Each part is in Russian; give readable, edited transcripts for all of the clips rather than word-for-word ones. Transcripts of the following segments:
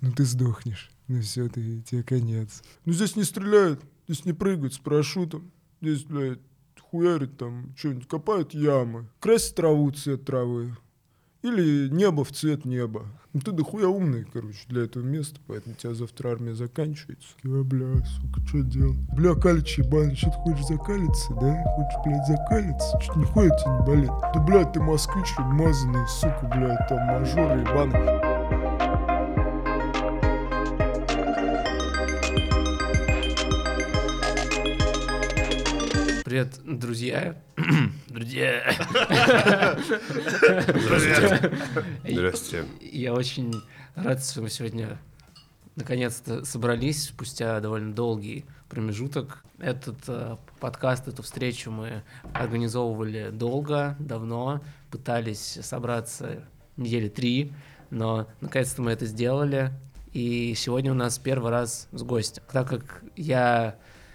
ну ты сдохнешь, ну все, тебе конец. Ну здесь не стреляют, здесь не прыгают с парашютом, здесь, блядь, хуярят там, что-нибудь, копают ямы, красят траву цвет травы. Или небо в цвет неба. Ну ты дохуя умный, короче, для этого места, поэтому у тебя завтра армия заканчивается. Бля, сука, что делать? Бля, калич ебаный, что ты хочешь закалиться, да? Хочешь, блядь, закалиться? Что-то нихуя тебе не болит? Да, блядь, ты москвич, мазанный, сука, блядь, там мажор ебаный. Привет, друзья. Друзья. Здравствуйте. Я очень рад, что мы сегодня наконец-то собрались спустя довольно долгий промежуток. Этот подкаст, эту встречу мы организовывали долго, давно, пытались собраться недели 3, но наконец-то мы это сделали. И сегодня у нас первый раз с гостем. Так как я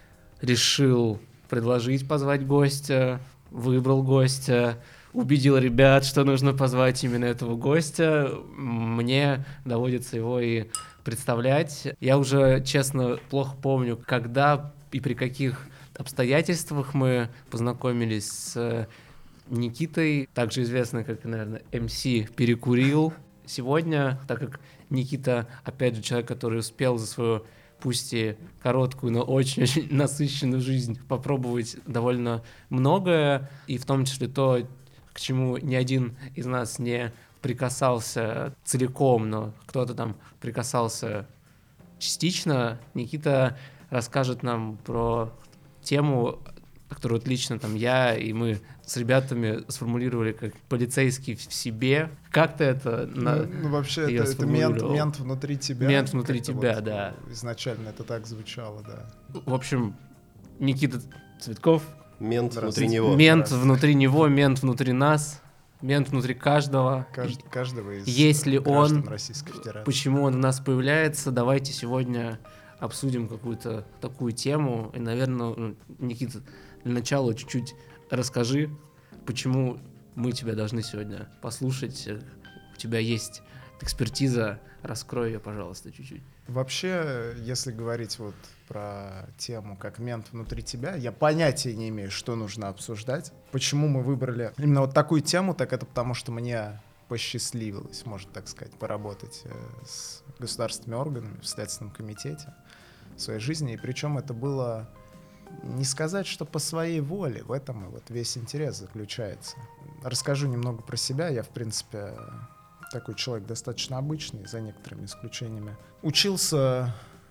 решил предложить позвать гостя, выбрал гостя, убедил ребят, что нужно позвать именно этого гостя, мне доводится его и представлять. Я уже, честно, плохо помню, когда и при каких обстоятельствах мы познакомились с Никитой, также известный как, наверное, МС Перекурил. Сегодня, так как Никита, опять же, человек, который успел за свою пусть и короткую, но очень-очень насыщенную жизнь попробовать довольно многое, и в том числе то, к чему ни один из нас не прикасался целиком, но кто-то там прикасался частично. Никита расскажет нам про тему, которую отлично там я и мы с ребятами сформулировали как полицейский в себе. Как ты это вообще это мент внутри тебя. Мент внутри тебя, вот, да. Изначально это так звучало, да. В общем, Никита Цветков. Мент внутри него. Мент внутри него, мент внутри нас, мент внутри каждого. Каждого из Если граждан он, Российской Федерации. Почему он у нас появляется, давайте сегодня обсудим какую-то такую тему. И, наверное, Никита, для начала чуть-чуть расскажи, почему мы тебя должны сегодня послушать. У тебя есть экспертиза, раскрой ее, пожалуйста, чуть-чуть. Вообще, если говорить вот про тему как мент внутри тебя, я понятия не имею, что нужно обсуждать. Почему мы выбрали именно вот такую тему, так это потому, что мне посчастливилось, можно так сказать, поработать с государственными органами в Следственном комитете в своей жизни. И причем это было не сказать, что по своей воле. В этом и вот весь интерес заключается. Расскажу немного про себя. Я, в принципе, такой человек достаточно обычный, за некоторыми исключениями. Учился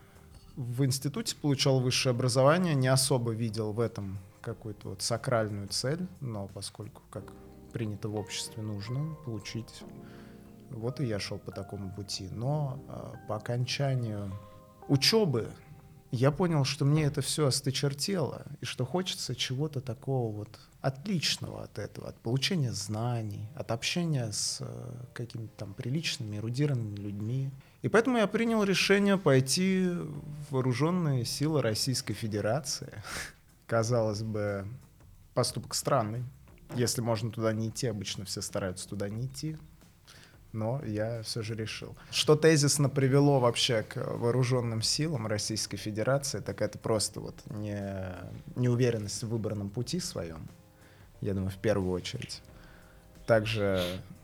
в институте, получал высшее образование, не особо видел в этом какую-то вот сакральную цель, но поскольку, как принято в обществе, нужно получить, вот и я шел по такому пути. Но по окончанию учебы я понял, что мне это все осточертело, и что хочется чего-то такого вот отличного от этого, от получения знаний, от общения с какими-то там приличными, эрудированными людьми. И поэтому я принял решение пойти в вооруженные силы Российской Федерации. Казалось бы, поступок странный. Если можно туда не идти, обычно все стараются туда не идти. Но я все же решил. Что тезисно привело вообще к вооруженным силам Российской Федерации, так это просто вот неуверенность в выбранном пути своем, я думаю, в первую очередь. Также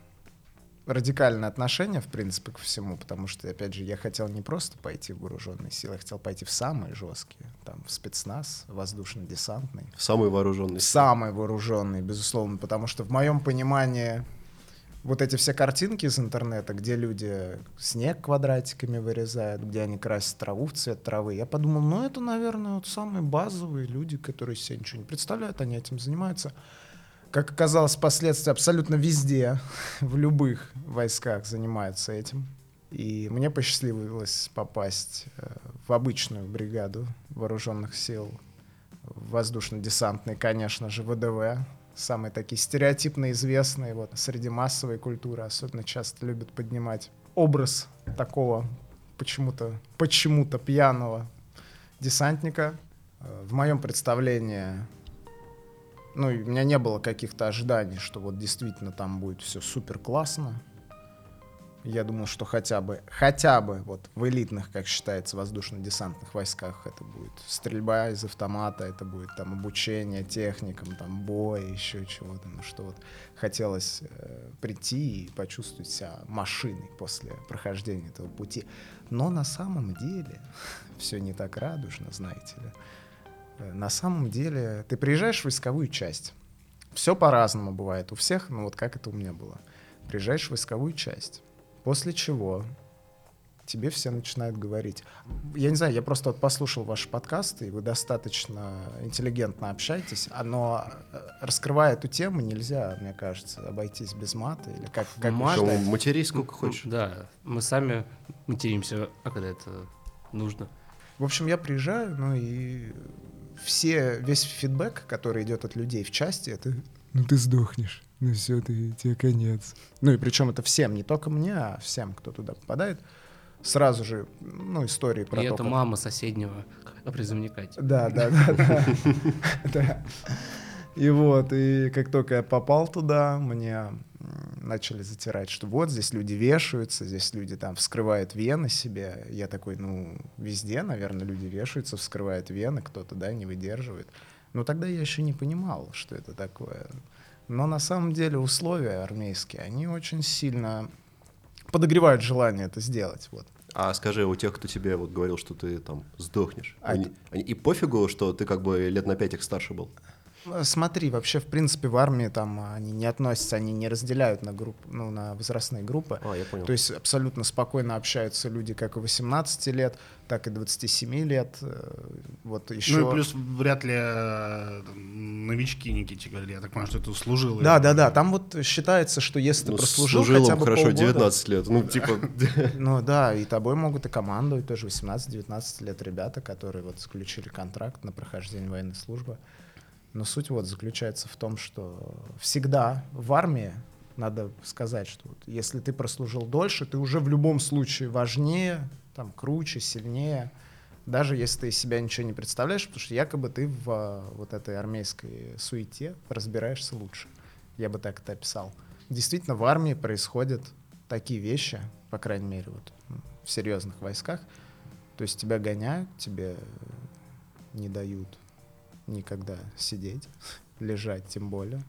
радикальное отношение, в принципе, ко всему, потому что, опять же, я хотел не просто пойти в вооруженные силы, я хотел пойти в самые жесткие, там, в спецназ, воздушно-десантный. Самый вооруженный. Самый вооруженный, безусловно, потому что в моем понимании вот эти все картинки из интернета, где люди снег квадратиками вырезают, где они красят траву в цвет травы, я подумал, ну это, наверное, вот самые базовые люди, которые себе ничего не представляют, они этим занимаются. Как оказалось, впоследствии абсолютно везде, в любых войсках занимаются этим. И мне посчастливилось попасть в обычную бригаду вооруженных сил, воздушно-десантный, конечно же, ВДВ. Самые такие стереотипно известные вот, среди массовой культуры. Особенно часто любят поднимать образ такого почему-то пьяного десантника. В моем представлении, у меня не было каких-то ожиданий, что вот действительно там будет все супер классно. Я думал, что хотя бы вот в элитных, как считается, воздушно-десантных войсках это будет стрельба из автомата, это будет там обучение техникам, там бой, еще чего-то. Ну что вот хотелось прийти и почувствовать себя машиной после прохождения этого пути. Но на самом деле все не так радужно, знаете ли. На самом деле ты приезжаешь в войсковую часть. Все по-разному бывает у всех, но вот как это у меня было. Приезжаешь в войсковую часть. После чего тебе все начинают говорить. Я не знаю, я просто вот послушал ваши подкасты, и вы достаточно интеллигентно общаетесь, но раскрывая эту тему, нельзя, мне кажется, обойтись без мата. Или как Мат, вы считаете? Матерись сколько хочешь. Да, мы сами материмся, а когда это нужно. В общем, я приезжаю, ну и весь фидбэк, который идет от людей в части, это Ну ты сдохнешь. Ну все, тебе конец. ну и причем это всем, не только мне, а всем, кто туда попадает, сразу же, ну, истории про И то, это как- мама соседнего призывника. Да. Да. И вот, и как только я попал туда, мне начали затирать, что вот здесь люди вешаются, здесь люди там вскрывают вены себе. Я такой, ну, везде, наверное, люди вешаются, вскрывают вены, кто-то, да, не выдерживает. Но тогда я еще не понимал, что это такое. Но на самом деле условия армейские, они очень сильно подогревают желание это сделать. Вот. А скажи, у тех, кто тебе вот говорил, что ты там сдохнешь, А они и пофигу, что ты как бы лет на 5 их старше был? Смотри, вообще, в принципе, в армии там они не относятся, они не разделяют на группы, ну, на возрастные группы. Я понял. То есть абсолютно спокойно общаются люди как и 18 лет, так и 27 лет. Вот еще... Ну и плюс вряд ли новички, Никите говорили, я так понимаю, что это служилые. Да. Там вот считается, что если ты Ну, прослужил служил хотя им бы хорошо полгода... 19 лет. Ну, типа... Ну да, и тобой могут и командовать тоже 18-19 лет ребята, которые вот заключили контракт на прохождение военной службы. Но суть вот заключается в том, что всегда в армии, надо сказать, что вот если ты прослужил дольше, ты уже в любом случае важнее, там, круче, сильнее, даже если ты из себя ничего не представляешь, потому что якобы ты в вот этой армейской суете разбираешься лучше. Я бы так это описал. Действительно, в армии происходят такие вещи, по крайней мере, вот в серьезных войсках. То есть тебя гоняют, тебе не дают никогда сидеть, лежать тем более.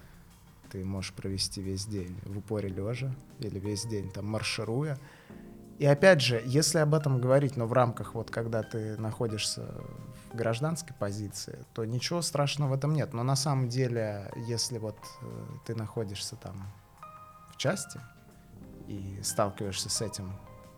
Ты можешь провести весь день в упоре лежа или весь день там маршируя. И опять же, если об этом говорить, но в рамках вот когда ты находишься в гражданской позиции, то ничего страшного в этом нет. Но на самом деле, если вот ты находишься там в части и сталкиваешься с этим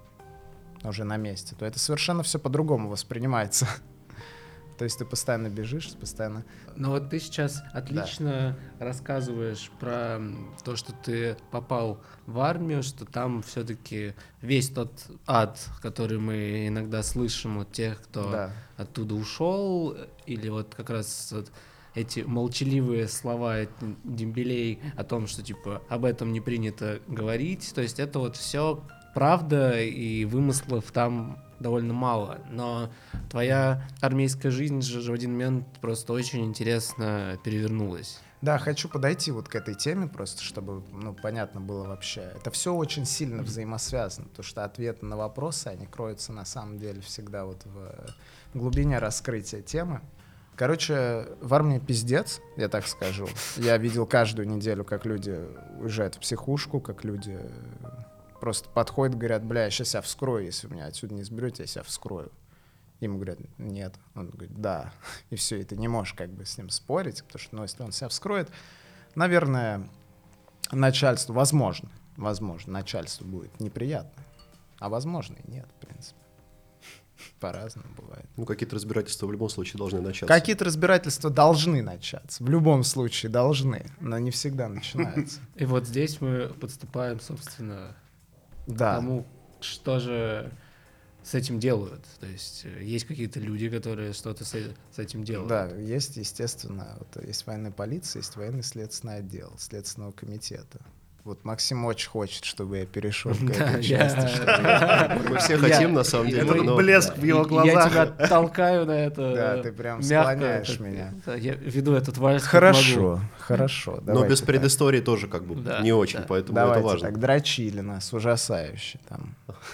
уже на месте, то это совершенно все по-другому воспринимается. То есть ты постоянно бежишь, постоянно... Ну вот ты сейчас отлично рассказываешь про то, что ты попал в армию, что там все-таки весь тот ад, который мы иногда слышим от тех, кто Да. оттуда ушел, или вот как раз вот эти молчаливые слова дембелей о том, что типа об этом не принято говорить, то есть это вот все правда, и вымыслов там довольно мало, но твоя армейская жизнь же в один момент просто очень интересно перевернулась. Да, хочу подойти вот к этой теме просто, чтобы, понятно было вообще. Это все очень сильно взаимосвязано, потому что ответы на вопросы, они кроются на самом деле всегда вот в глубине раскрытия темы. Короче, в армии пиздец, я так скажу. Я видел каждую неделю, как люди уезжают в психушку, как люди просто подходят, говорят, бля, я сейчас себя вскрою, если вы меня отсюда не сберете, я себя вскрою. Ему говорят, нет. Он говорит, да. И все, и ты не можешь как бы с ним спорить, потому что, если он себя вскроет, наверное, начальству, возможно, начальству будет неприятно. А возможно и нет, в принципе. По-разному бывает. Ну, какие-то разбирательства в любом случае должны начаться. Какие-то разбирательства должны начаться. В любом случае должны, но не всегда начинаются. И вот здесь мы подступаем, собственно, к тому, что же с этим делают. То есть есть какие-то люди, которые что-то с этим делают. Да, есть, естественно, вот есть военная полиция, есть военный следственный отдел Следственного комитета. Вот Максим очень хочет, чтобы я перешел к Да, этой части. я- чтобы я- Мы все хотим, на самом деле. Этот но- блеск в его Я глазах. тебя толкаю на это. Да, ты прям мягко, склоняешь так, меня. да, я веду этот вальс как Хорошо, хорошо. Но давайте без так. предыстории тоже как бы Да, не очень, да. поэтому Давайте это важно. так, дрочили нас ужасающе там.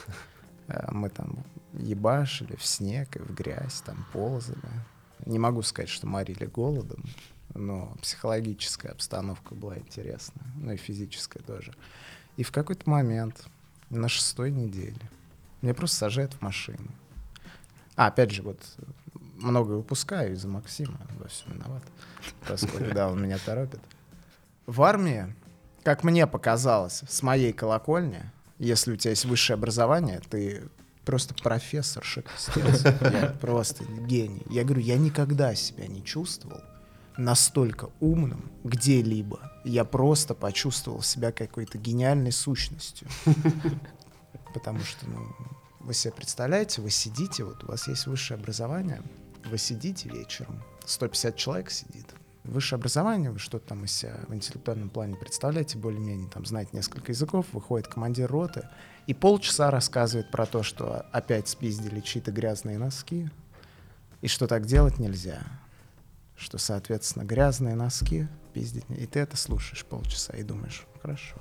Мы там ебашили в снег и в грязь, там ползали. Не могу сказать, что морили голодом, но психологическая обстановка была интересная, ну и физическая тоже. И в какой-то момент, на 6-й неделе, меня просто сажают в машину. Опять же, вот многое упускаю из-за Максима, во всем виноват, поскольку, да, он меня торопит. В армии, как мне показалось, с моей колокольни, если у тебя есть высшее образование, ты просто профессор шекспирец. Я просто гений. Я говорю, я никогда себя не чувствовал настолько умным где-либо. Я просто почувствовал себя какой-то гениальной сущностью. Потому что, вы себе представляете, вы сидите, вот у вас есть высшее образование, вы сидите вечером, 150 человек сидит. Высшее образование, вы что-то там из себя в интеллектуальном плане представляете, более-менее там знаете несколько языков, выходит командир роты и полчаса рассказывает про то, что опять спиздили чьи-то грязные носки, и что так делать нельзя. Что, соответственно, грязные носки пиздить нельзя. И ты это слушаешь полчаса и думаешь, хорошо.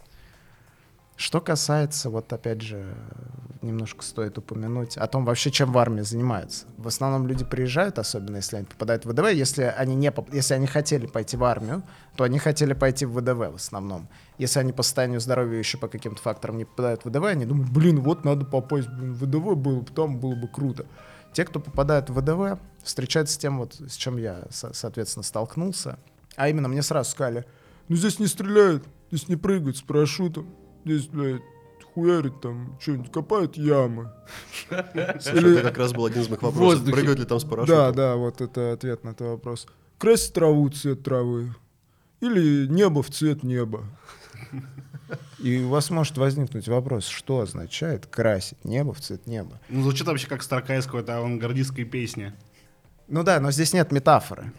Что касается, вот опять же, немножко стоит упомянуть о том вообще, чем в армии занимаются. В основном люди приезжают, особенно если они попадают в ВДВ. Если они хотели пойти в армию, то они хотели пойти в ВДВ в основном. Если они по состоянию здоровья еще по каким-то факторам не попадают в ВДВ, они думают, вот надо попасть в ВДВ, там было бы круто. Те, кто попадает в ВДВ, встречаются с тем, вот, с чем я, соответственно, столкнулся. А именно, мне сразу сказали, здесь не стреляют, здесь не прыгают с парашютом. Здесь, блядь, хуярят там, что-нибудь, копают ямы. Слушай, это как раз был один из моих вопросов. воздухе. Прыгают ли там с парашютом? Да, вот это ответ на этот вопрос. Красить траву цвет травы. Или небо в цвет неба. И у вас может возникнуть вопрос, что означает красить небо в цвет неба? Ну, звучит вообще как строка из какой-то авангардистской песни. Ну да, но здесь нет метафоры.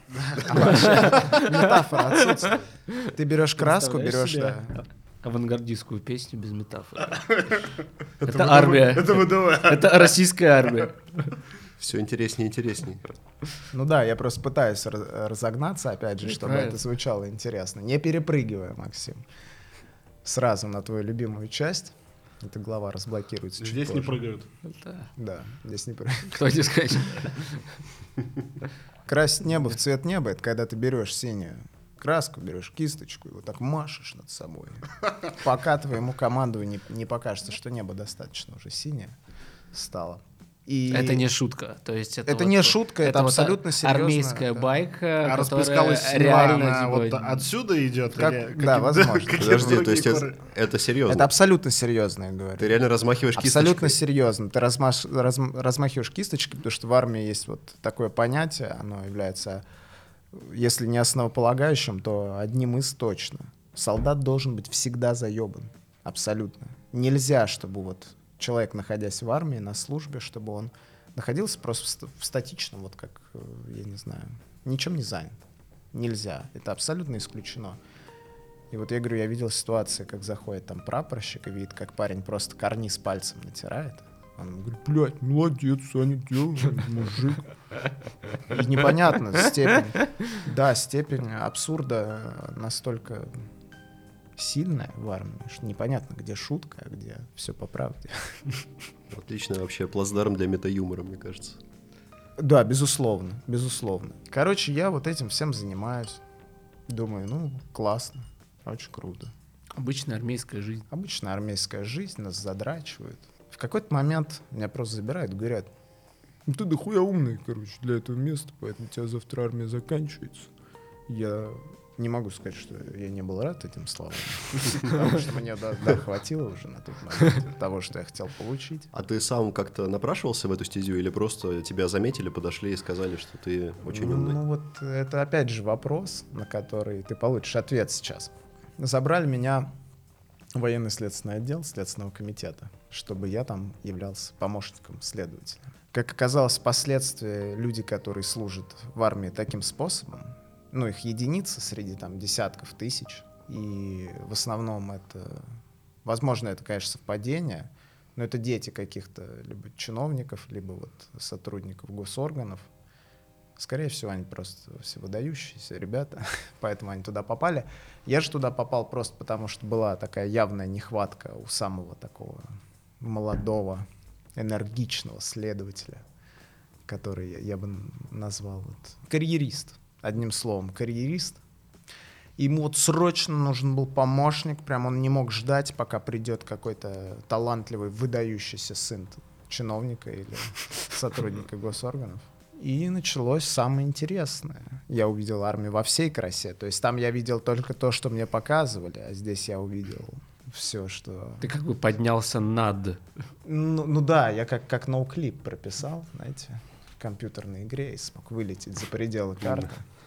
Метафора отсутствует. Ты берешь краску, Представляешь берешь, себе да. авангардистскую песню без метафоры. Это армия. Это ВДВ. Это российская армия. Все интереснее и интереснее. Ну да, я просто пытаюсь разогнаться, опять же, чтобы Правильно. это звучало интересно. Не перепрыгивая, Максим. Сразу на твою любимую часть. Эта глава разблокируется чуть Здесь не позже. прыгают. Да, здесь не прыгают. Кто тебе скажет? Красить небо в цвет неба — это когда ты берешь синюю краску, берешь кисточку и вот так машешь над собой. Пока твоему командованию не покажется, что небо достаточно уже синее стало. И Это не шутка. То есть Это вот- не шутка, это вот абсолютно серьезно. армейская да. байка, А которая распрыскалась синева, реально она типа, вот отсюда идет? Как- или да, возможно. какие Подожди, то другие есть пары? это серьезно? Это абсолютно серьезно, я говорю. Ты реально размахиваешь Абсолютно кисточкой? серьезно. Ты размахиваешь кисточкой, потому что в армии есть вот такое понятие, оно является, если не основополагающим, то одним из точно. Солдат должен быть всегда заебан. Абсолютно. Нельзя, чтобы вот человек, находясь в армии, на службе, чтобы он находился просто в статичном, вот как, я не знаю, ничем не занят. Нельзя. Это абсолютно исключено. И вот я говорю, я видел ситуации, как заходит там прапорщик и видит, как парень просто карниз пальцем натирает. Он говорит, блядь, молодец, Саня, делай, мужик. И непонятно степень, да, степень абсурда настолько сильная в армии, что непонятно, где шутка, а где все по правде. Отличный вообще плацдарм для мета-юмора, мне кажется. Да, безусловно, безусловно. Короче, я вот этим всем занимаюсь. Думаю, классно, очень круто. обычная армейская жизнь. Обычная армейская жизнь, нас задрачивают. В какой-то момент меня просто забирают, говорят, Ты дохуя умный, короче, для этого места, поэтому у тебя завтра армия заканчивается. я не могу сказать, что я не был рад этим словам, потому что мне хватило уже на тот момент того, что я хотел получить. А ты сам как-то напрашивался в эту стезю или просто тебя заметили, подошли и сказали, что ты очень умный? Ну вот это опять же вопрос, на который ты получишь ответ сейчас. Забрали меня в военный следственный отдел Следственного комитета, чтобы я там являлся помощником следователя. Как оказалось впоследствии, люди, которые служат в армии таким способом, их единицы среди там десятков тысяч, И в основном это, возможно, это, конечно, совпадение, но это дети каких-то либо чиновников, либо вот сотрудников госорганов. Скорее всего, они просто все выдающиеся ребята, поэтому они туда попали. Я же туда попал просто потому, что была такая явная нехватка у самого такого молодого, энергичного следователя, который я бы назвал карьерист. Одним словом, карьерист. Ему вот срочно нужен был помощник, прям он не мог ждать, пока придет какой-то талантливый, выдающийся сын чиновника или сотрудника госорганов. И началось самое интересное. Я увидел армию во всей красе. То есть там я видел только то, что мне показывали, а здесь я увидел все, что... Ты как бы поднялся над. Ну да, я как ноуклип прописал, знаете, в компьютерной игре и смог вылететь за пределы карты.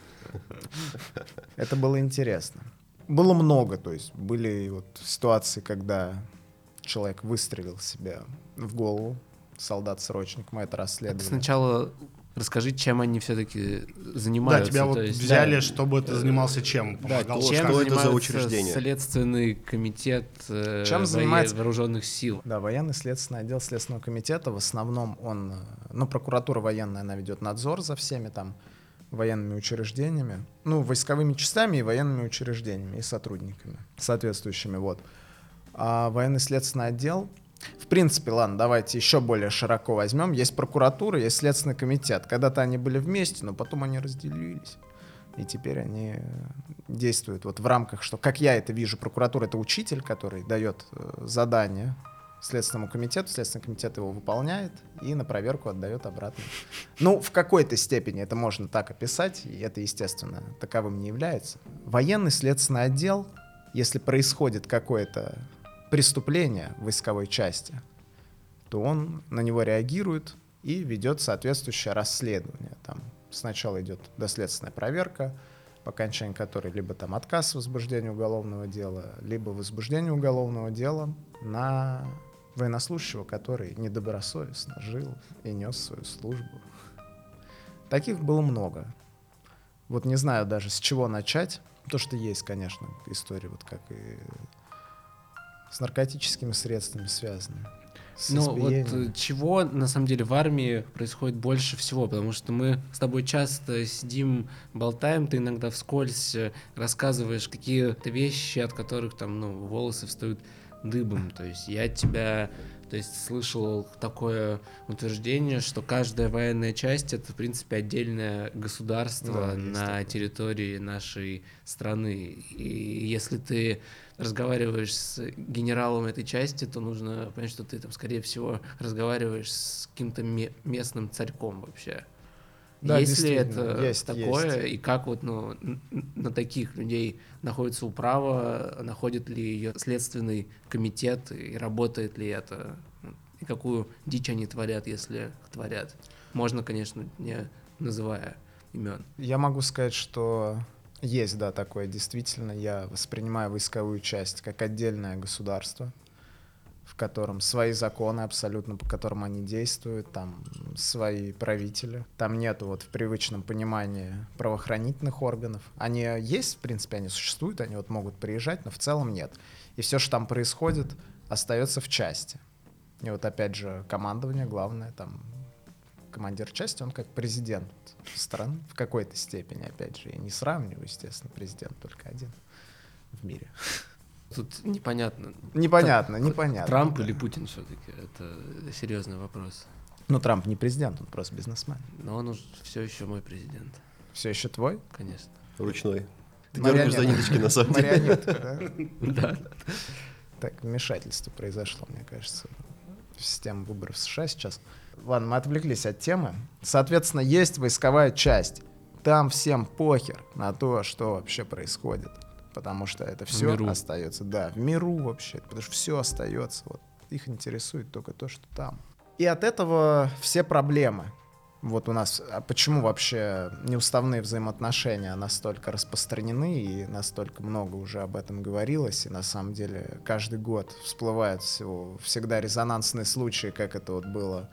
Это было интересно. Было много, то есть были вот ситуации, когда человек выстрелил себе в голову, солдат-срочник, мы это расследовали. Сначала расскажи, чем они все-таки Да, занимаются. тебя вот То есть, взяли, чтобы ты занимался чем? да, Помогал? чем что это за занимается учреждение? Следственный комитет Чем занимается? вооруженных сил? Да, военный следственный отдел Следственного комитета, в основном он, ну, прокуратура военная, она ведет надзор за всеми там военными учреждениями, ну, войсковыми частями и военными учреждениями и сотрудниками соответствующими, вот. А военный следственный отдел, в принципе, ладно, давайте еще более широко возьмем. Есть прокуратура, есть Следственный комитет. Когда-то они были вместе, но потом они разделились. И теперь они действуют вот в рамках, что, как я это вижу, прокуратура — это учитель, который дает задание Следственному комитету, Следственный комитет его выполняет и на проверку отдает обратно. Ну, в какой-то степени это можно так описать, и это, естественно, таковым не является. Военный следственный отдел, если происходит какое-то преступление в войсковой части, то он на него реагирует и ведет соответствующее расследование. Там сначала идет доследственная проверка, по окончании которой либо там отказ в возбуждении уголовного дела, либо возбуждение уголовного дела на военнослужащего, который недобросовестно жил и нес свою службу. Таких было много. Вот не знаю даже, с чего начать. То, что есть, конечно, история, вот как и с наркотическими средствами связаны. Ну вот чего на самом деле в армии происходит больше всего, потому что мы с тобой часто сидим, болтаем, ты иногда вскользь рассказываешь какие-то вещи, от которых там, ну, волосы встают дыбом. То есть я тебя, то есть слышал такое утверждение, что каждая военная часть — это, в принципе, отдельное государство, да, на территории нашей страны. И если ты разговариваешь с генералом этой части, то нужно понять, что ты там, скорее всего, разговариваешь с каким-то местным царьком вообще. Да, есть ли это есть, такое, есть. и как вот, ну, на таких людей находится управа, находит ли ее следственный комитет, и работает ли это, и какую дичь они творят, если творят. Можно, конечно, не называя имен. Я могу сказать, что есть, да, такое действительно. Я воспринимаю войсковую часть как отдельное государство, в котором свои законы абсолютно, по которым они действуют, там свои правители. Там нету вот в привычном понимании правоохранительных органов. Они есть, в принципе, они существуют, они вот могут приезжать, но в целом нет. И все, что там происходит, остается в части. И вот опять же командование главное, там командир части, он как президент страны в какой-то степени, опять же. Я не сравниваю, естественно, президент только один в мире. Тут непонятно. Непонятно. Трамп да. или Путин все-таки? Это серьезный вопрос. Ну, Трамп не президент, он просто бизнесмен. Но он уже все еще мой президент. Все еще твой? Конечно. Ручной. Ты дергаешь за ниточки, на самом деле. Марионетка, да? Да. Так, вмешательство произошло, мне кажется, в систему выборов США сейчас. Ладно, мы отвлеклись от темы. Соответственно, есть войсковая часть. Там всем похер на то, что вообще происходит. Потому что это все остается, да, в миру вообще. Потому что все остается. Вот. Их интересует только то, что там. И от этого все проблемы. Вот у нас, а почему вообще неуставные взаимоотношения настолько распространены и настолько много уже об этом говорилось, и на самом деле каждый год всплывают всегда резонансные случаи, как это вот было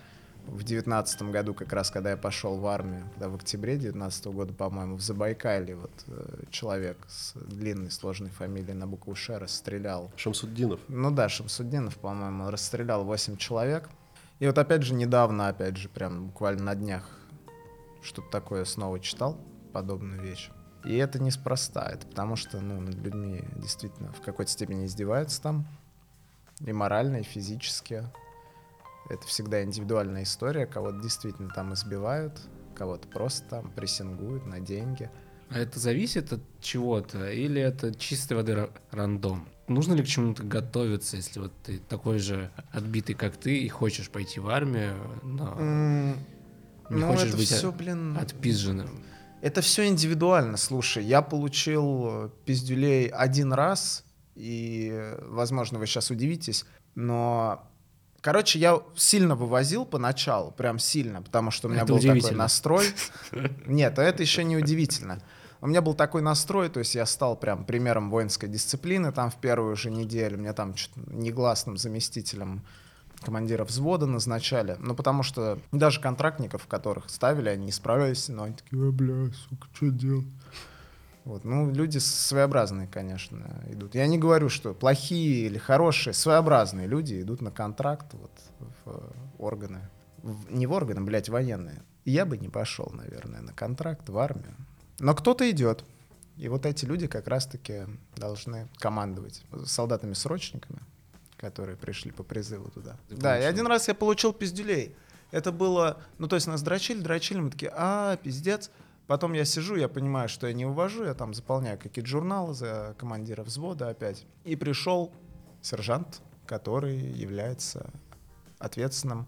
в 19 году, как раз когда я пошел в армию, когда в октябре 19 года, по-моему, в Забайкалье вот человек с длинной сложной фамилией на букву Ш расстрелял. Шамсуддинов. Ну да, Шамсуддинов, по-моему, расстрелял 8 человек. И вот опять же недавно, опять же, прям буквально на днях что-то такое снова читал, подобную вещь. И это неспроста, это потому что, ну, над людьми действительно в какой-то степени издеваются там, и морально, и физически. Это всегда индивидуальная история, кого-то действительно там избивают, кого-то просто там прессингуют на деньги. А это зависит от чего-то или это чистой воды рандом? Нужно ли к чему-то готовиться, если вот ты такой же отбитый, как ты, и хочешь пойти в армию, но не Ну, хочешь это быть все, блин, отпизженным? это все индивидуально. Слушай, я получил пиздюлей один раз, и, возможно, вы сейчас удивитесь, но, короче, я сильно вывозил поначалу, прям сильно, потому что у меня Это был такой удивительно. настрой. Нет, это еще не удивительно. У меня был такой настрой, то есть я стал прям примером воинской дисциплины там в первую же неделю. Меня там негласным заместителем командира взвода назначали. Ну, потому что даже контрактников, которых ставили, они не справлялись, но они такие, Бля, сука, что делать? вот. Ну, люди своеобразные, конечно, идут. Я не говорю, что плохие или хорошие, своеобразные люди идут на контракт вот, в органы. Не в органы, блядь, военные. Я бы не пошел, наверное, на контракт в армию. Но кто-то идет. И вот эти люди как раз-таки должны командовать солдатами-срочниками, которые пришли по призыву туда. Да, и один раз я получил пиздюлей. Это было, ну, то есть нас дрочили, мы такие, пиздец. Потом я сижу, я понимаю, что я не увожу, я там заполняю какие-то журналы за командира взвода опять. И пришел сержант, который является ответственным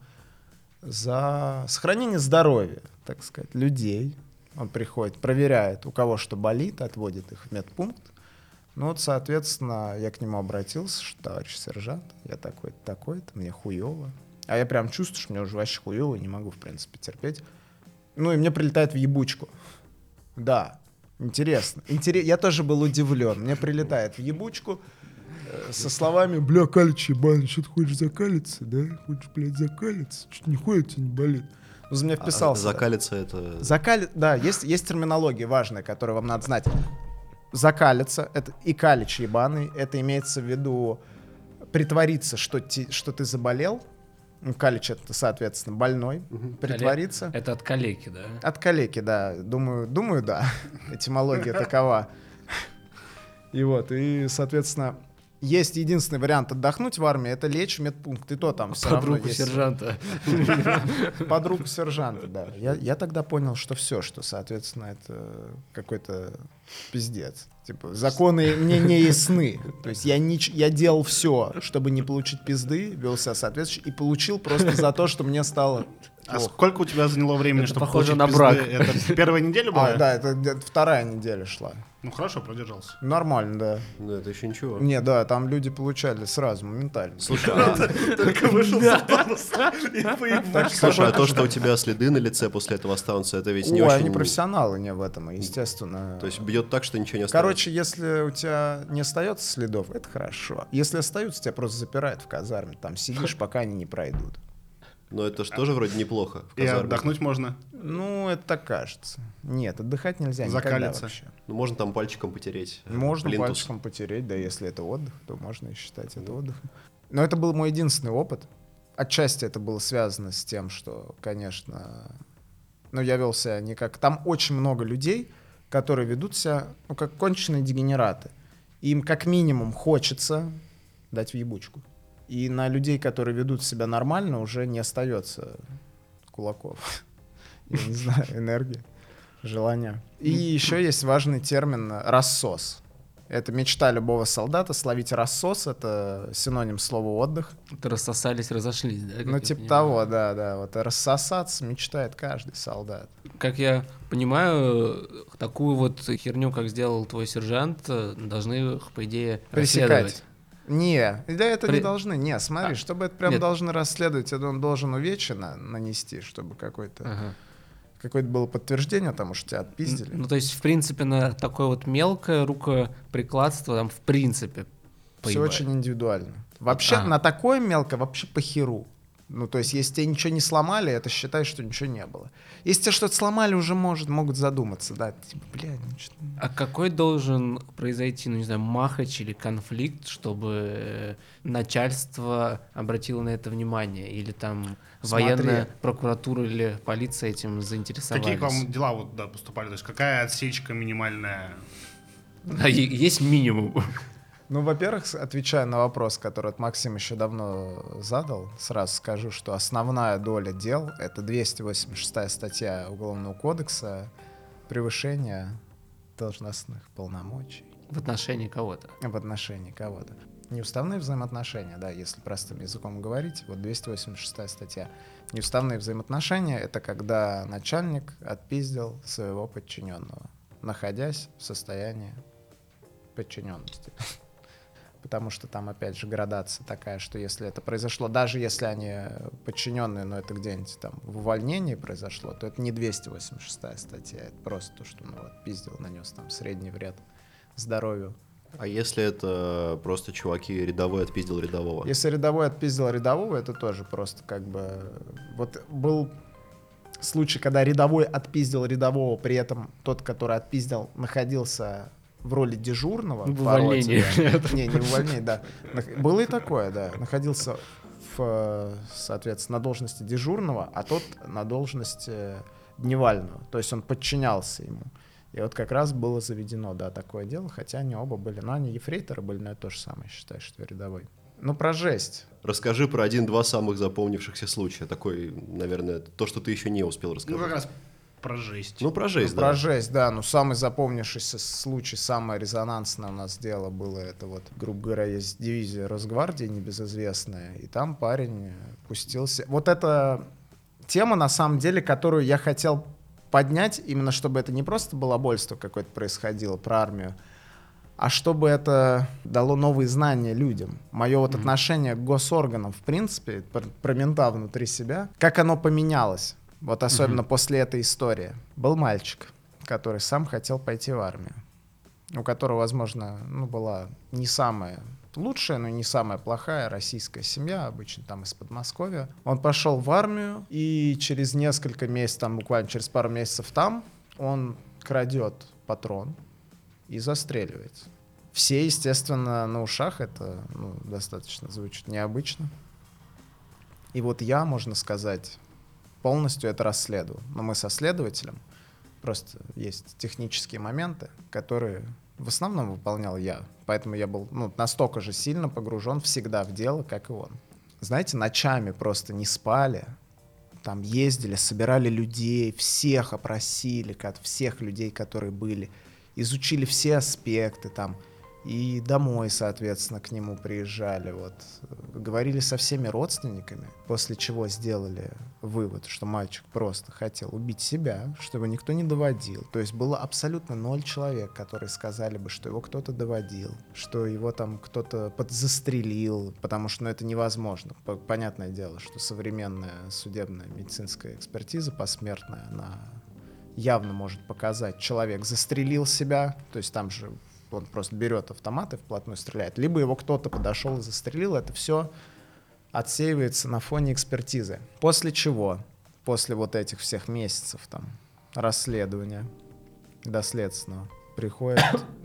за сохранение здоровья, так сказать, людей. Он приходит, проверяет, у кого что болит, отводит их в медпункт. Ну вот, соответственно, я к нему обратился, что товарищ сержант, я такой-то, такой-то, мне хуёво. А я прям чувствую, что мне уже вообще хуёво, не могу, в принципе, терпеть. Ну и мне прилетает в ебучку. Да, интересно. Я тоже был удивлен. Мне прилетает в ебучку со словами: Бля, Калич ебаный, что ты хочешь закалиться, да? Хочешь, блядь, закалиться? Что-то нихуя тебе не болит. ну, за меня вписался. Закалиться это... Да, есть терминология важная, которую вам надо знать. Закалиться — это и калич ебаный, это имеется в виду притвориться, что ты заболел. Ну, калич — это, соответственно, больной. Притвориться. Это от калеки, да? От калеки, да. Думаю, да. Этимология такова. И вот, и, соответственно, есть единственный вариант отдохнуть в армии — это лечь в медпункт. И то там все Под равно руку есть... сержанта. Под руку сержанта, да. Я тогда понял, что все, что, соответственно, это какой-то пиздец. Типа, законы мне не ясны. То есть я делал все, чтобы не получить пизды, вел себя соответствующе, и получил просто за то, что мне стало А плохо. сколько у тебя заняло времени, Это чтобы похоже получить на пизды? брак. Это первая неделя была? Да, это где-то вторая неделя шла. Ну хорошо, продержался. Нормально, да. Ну, это еще ничего. Не, да, там люди получали сразу, моментально. Слушай, Только вышел с автобуса и поебал. слушай, а то, что у тебя следы на лице после этого останутся, это ведь не Ой, очень... они профессионалы не в этом, естественно. То есть бьет так, что ничего не остается. Короче, если у тебя не остается следов, это хорошо. Если остаются, тебя просто запирают в казарме. Там сидишь, пока они не пройдут. Но это же тоже вроде неплохо в И казарме. отдохнуть можно. Ну, это так кажется. Нет, отдыхать нельзя никогда Закалиться. вообще. Ну, можно там пальчиком потереть. Можно плинтус. пальчиком потереть, да, если это отдых, то можно и считать это отдыхом. Но это был мой единственный опыт. Отчасти это было связано с тем, что, конечно, ну, я вел себя не как... Там очень много людей, которые ведут себя, ну, как конченые дегенераты. Им как минимум хочется дать въебучку. И на людей, которые ведут себя нормально, уже не остается кулаков. Я не знаю, энергии, желания. И еще есть важный термин «рассос». Это мечта любого солдата. Словить рассос — это синоним слова «отдых». Это рассосались, разошлись, да? как Ну, я типа понимаю? того, да. Вот рассосаться мечтает каждый солдат. Как я понимаю, такую вот херню, как сделал твой сержант, должны, по идее, расследовать. Пресекать. Не, да это При- не должны. Не, смотри, чтобы это прям Нет. должны расследовать, это он должен увечья нанести, чтобы какое-то было подтверждение тому, что тебя отпиздили. Ну, то есть, в принципе, на такое вот мелкое рукоприкладство там, в принципе, Все поебать. очень индивидуально. Вообще, А. на такое мелко вообще похеру. Ну, то есть, если тебе ничего не сломали, это считай, что ничего не было. Если тебе что-то сломали, уже могут задуматься, да, типа, блядь, ну что... А какой должен произойти, ну не знаю, махач или конфликт, чтобы начальство обратило на это внимание? Или там Смотри. военная прокуратура или полиция этим заинтересовались? Какие к вам дела вот, да, поступали? То есть какая отсечка минимальная? Да, есть минимум. Ну, во-первых, отвечая на вопрос, который от Максим еще давно задал, сразу скажу, что основная доля дел — это 286 статья Уголовного кодекса «Превышение должностных полномочий». В отношении кого-то. В отношении кого-то. Неуставные взаимоотношения, да, если простым языком говорить, вот 286 статья. Неуставные взаимоотношения — это когда начальник отпиздил своего подчиненного, находясь в состоянии подчиненности. Потому что там, опять же, градация такая, что если это произошло, даже если они подчиненные, но это где-нибудь там в увольнении произошло, то это не 286 статья, это просто то, что ну, отпиздил, нанес там средний вред здоровью. А если это просто чуваки, рядовой отпиздил рядового? Если рядовой отпиздил рядового, это тоже просто как бы... Вот был случай, когда рядовой отпиздил рядового, при этом тот, который отпиздил, находился в роли дежурного. В увольнении. Не в увольнении, да. Было и такое, да. Находился, соответственно, на должности дежурного, а тот на должности дневального. То есть он подчинялся ему. И вот как раз было заведено, да, такое дело, хотя они оба были, но они ефрейторы были, но это то же самое, считай, что рядовой. Ну, про жесть. Расскажи про 1-2 самых запомнившихся случая. Такой, наверное, то, что ты еще не успел рассказать. Ну, как раз про жесть. Ну, про жесть, Ну, да. про жесть, да. Ну, самый запомнившийся случай, самое резонансное у нас дело было, это вот, грубо говоря, есть дивизия Росгвардии небезызвестная, и там парень пустился. Вот эта тема, на самом деле, которую я хотел поднять, именно чтобы это не просто балабольство какое-то происходило про армию, а чтобы это дало новые знания людям. Мое вот отношение к госорганам, в принципе, про мента внутри себя, как оно поменялось. Вот особенно после этой истории. Был мальчик, который сам хотел пойти в армию, у которого, возможно, ну, была не самая лучшая, но и не самая плохая российская семья, обычно там из Подмосковья. Он пошел в армию, и через несколько месяцев, там, буквально через пару месяцев там, он крадет патрон и застреливается. Все, естественно, на ушах, это ну, достаточно звучит необычно. И вот я, можно сказать, полностью это расследовал. Но мы со следователем, просто есть технические моменты, которые в основном выполнял я. Поэтому я был настолько же сильно погружен всегда в дело, как и он. Знаете, ночами просто не спали, там ездили, собирали людей, всех опросили, всех людей, которые были, изучили все аспекты там, и домой, соответственно, к нему приезжали, вот, говорили со всеми родственниками, после чего сделали вывод, что мальчик просто хотел убить себя, чтобы никто не доводил. То есть было абсолютно 0 человек, которые сказали бы, что его кто-то доводил, что его там кто-то подзастрелил, потому что это невозможно. Понятное дело, что современная судебная медицинская экспертиза посмертная, она явно может показать, человек застрелил себя, то есть там же он просто берет автомат и вплотную стреляет. Либо его кто-то подошел и застрелил. Это все отсеивается на фоне экспертизы. После чего, после вот этих всех месяцев там расследования доследственного, приходит,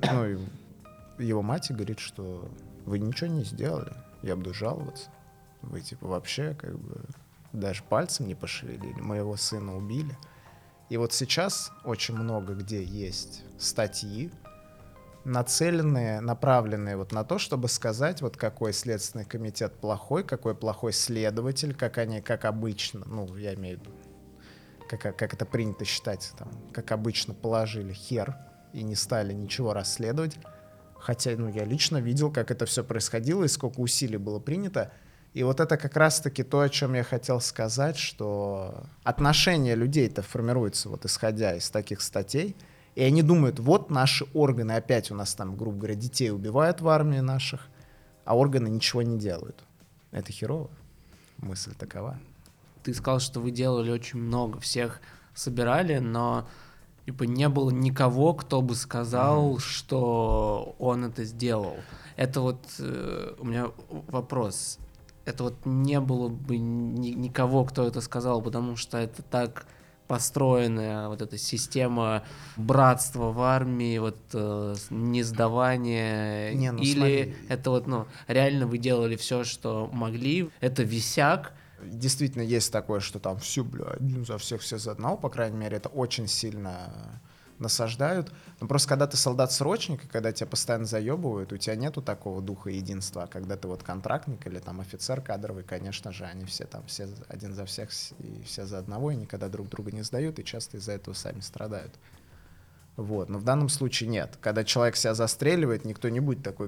его мать и говорит, что вы ничего не сделали, я буду жаловаться. Вы типа вообще как бы даже пальцем не пошевелили, моего сына убили. И вот сейчас очень много где есть статьи, нацеленные, направленные вот на то, чтобы сказать, вот какой Следственный комитет плохой, какой плохой следователь, как они, как обычно, я имею в виду, как это принято считать, там, как обычно положили хер и не стали ничего расследовать. Хотя, я лично видел, как это все происходило и сколько усилий было принято. И вот это как раз-таки то, о чем я хотел сказать, что отношение людей-то формируется вот исходя из таких статей. И они думают, вот наши органы, опять у нас там, грубо говоря, детей убивают в армии наших, а органы ничего не делают. Это херово. Мысль такова. Ты сказал, что вы делали очень много, всех собирали, но не было никого, кто бы сказал, что он это сделал. Это вот у меня вопрос. это вот не было бы никого, кто это сказал, потому что это так построенная вот эта система братства в армии, вот не сдавания, Не, ну или смотри. это вот, ну, реально вы делали все, что могли, это висяк. Действительно есть такое, что там все, один за всех, все за одного, по крайней мере, это очень сильно насаждают. Но просто когда ты солдат-срочник, и когда тебя постоянно заебывают, у тебя нету такого духа единства. А когда ты вот контрактник или там офицер кадровый, конечно же, они все там, все один за всех и все за одного, и никогда друг друга не сдают, и часто из-за этого сами страдают. Вот. Но в данном случае нет. Когда человек себя застреливает, никто не будет такой,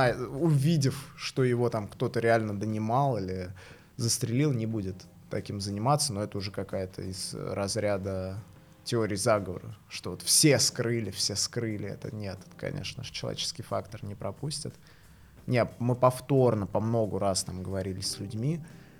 увидев, что его там кто-то реально донимал или застрелил, не будет таким заниматься, но это уже какая-то из разряда теории заговора, что вот все скрыли, это нет, конечно же, человеческий фактор не пропустят. Не, мы повторно, по много раз там говорили с людьми,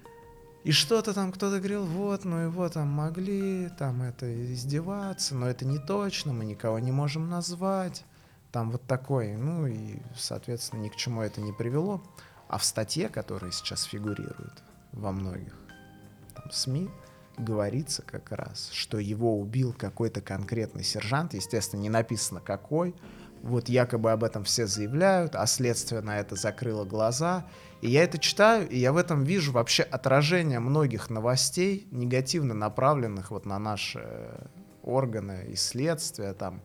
и что-то там кто-то говорил, вот, ну его там могли, там это издеваться, но это не точно, мы никого не можем назвать, там вот такой, ну и, соответственно, ни к чему это не привело. А в статье, которая сейчас фигурирует во многих там СМИ, говорится как раз, что его убил какой-то конкретный сержант, естественно, не написано какой, вот якобы об этом все заявляют, а следствие на это закрыло глаза, и я это читаю, и я в этом вижу вообще отражение многих новостей, негативно направленных вот на наши органы и следствия, там,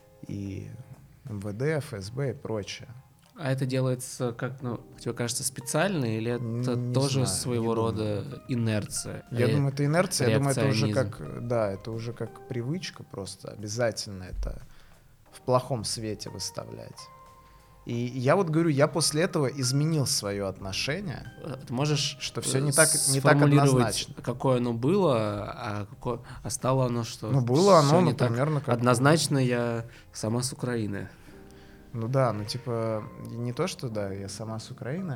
и МВД, ФСБ и прочее. А это делается, как, ну, тебе кажется, специально, или это Не тоже знаю, своего не рода инерция? Я думаю, это инерция, я думаю, это уже реакционизм. это уже как привычка просто, обязательно это в плохом свете выставлять. И я вот говорю, я после этого изменил свое отношение, Ты можешь что все не так сформулировать, однозначно. какое оно было, а стало оно, что Ну, было оно, всё не ну, так примерно как... однозначно. Я сама с Украины. Ну да, ну типа, не то, что да, я сама с Украины,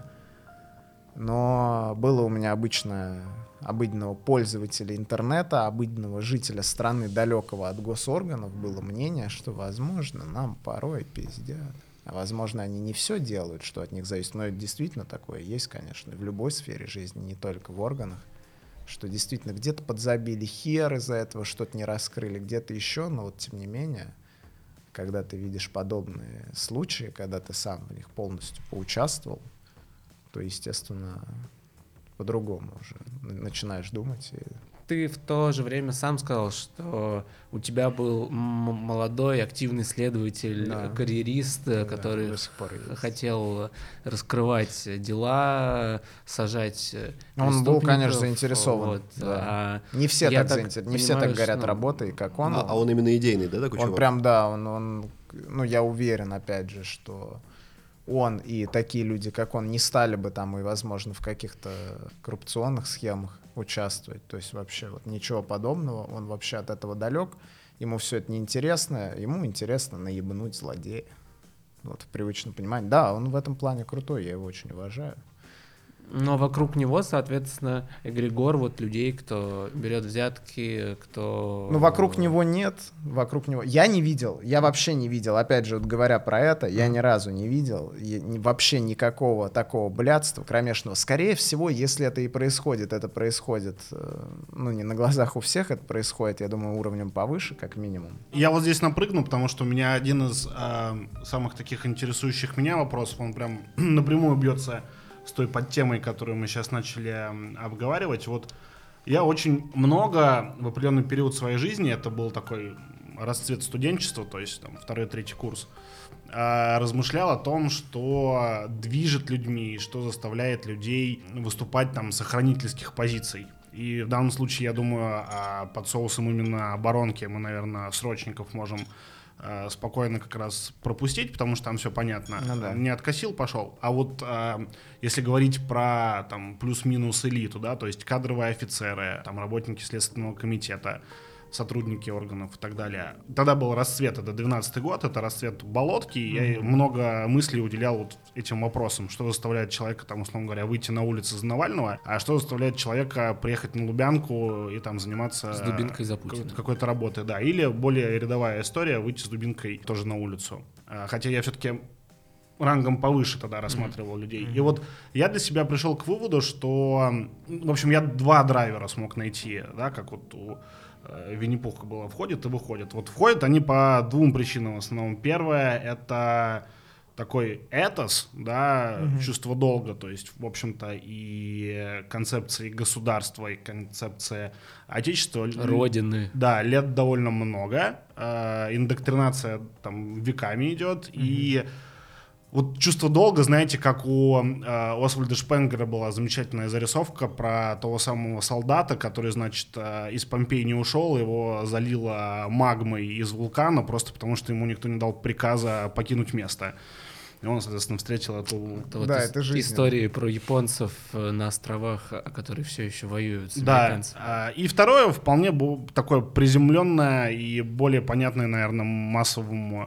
но было у меня обыденного пользователя интернета, обыденного жителя страны, далекого от госорганов, было мнение, что, возможно, нам порой пиздят. А возможно, они не все делают, что от них зависит. Но это действительно такое есть, конечно, в любой сфере жизни, не только в органах, что действительно где-то подзабили хер из-за этого, что-то не раскрыли, где-то еще, но вот тем не менее, когда ты видишь подобные случаи, когда ты сам в них полностью поучаствовал, то, естественно, по-другому уже начинаешь думать. Ты в то же время сам сказал, что у тебя был молодой, активный следователь, Да. карьерист, Да, который до сих пор есть. хотел раскрывать дела, сажать Он был, конечно, преступников, заинтересован. вот, Да. Не все я так, так не все так понимаю, горят что, работой, как он. А он именно идейный, да, такой Он чувак? прям, да, он, ну, я уверен, опять же, что он и такие люди, как он, не стали бы там и, возможно, в каких-то коррупционных схемах участвовать. То есть вообще вот ничего подобного. Он вообще от этого далек. Ему все это неинтересно. Ему интересно наебнуть злодея. Вот в привычном понимании. Да, он в этом плане крутой, я его очень уважаю. Но вокруг него, соответственно, эгрегор вот людей, кто берет взятки, кто... Ну, вокруг него нет, вокруг него... Я не видел, я вообще не видел, опять же, вот говоря про это, я ни разу не видел вообще никакого такого блядства кромешного. Скорее всего, если это и происходит, это происходит, ну, не на глазах у всех это происходит, я думаю, уровнем повыше, как минимум. Я вот здесь напрыгну, потому что у меня один из самых таких интересующих меня вопросов, он прям напрямую бьется с той подтемой, которую мы сейчас начали обговаривать. Вот я очень много в определенный период своей жизни, это был такой расцвет студенчества, то есть там 2-3 курс, размышлял о том, что движет людьми, что заставляет людей выступать там с охранительских позиций. И в данном случае, я думаю, под соусом именно оборонки мы, наверное, срочников можем спокойно как раз пропустить, потому что там все понятно. Ну, да. Не откосил, пошел. А вот если говорить про там плюс-минус элиту, да, то есть кадровые офицеры, там работники Следственного комитета, сотрудники органов и так далее. Тогда был расцвет, это 12-й год, это расцвет болотки, и я много мыслей уделял вот этим вопросам, что заставляет человека, там, условно говоря, выйти на улицу за Навального, а что заставляет человека приехать на Лубянку и там заниматься С дубинкой за Путина. какой-то работой, да, или более рядовая история, выйти с дубинкой тоже на улицу. Хотя я все-таки рангом повыше тогда рассматривал людей. И вот я для себя пришел к выводу, что, в общем, я 2 драйвера смог найти, да, как вот у Винни-Пуха было входит и выходит. Вот входят они по 2 причинам в основном. Первое — это такой этос, да, чувство долга, то есть, в общем-то, и концепции государства, и концепция отечества. Родины. Да, лет довольно много. Индоктринация там веками идет. И вот чувство долга, знаете, как у Освальда Шпенгера была замечательная зарисовка про того самого солдата, который, значит, из Помпеи не ушел, его залило магмой из вулкана, просто потому что ему никто не дал приказа покинуть место. И он, соответственно, встретил эту... Да, это жизненно. Истории про японцев на островах, которые все еще воюют с Да, американцами. и второе, вполне такое приземленное и более понятное, наверное, массовому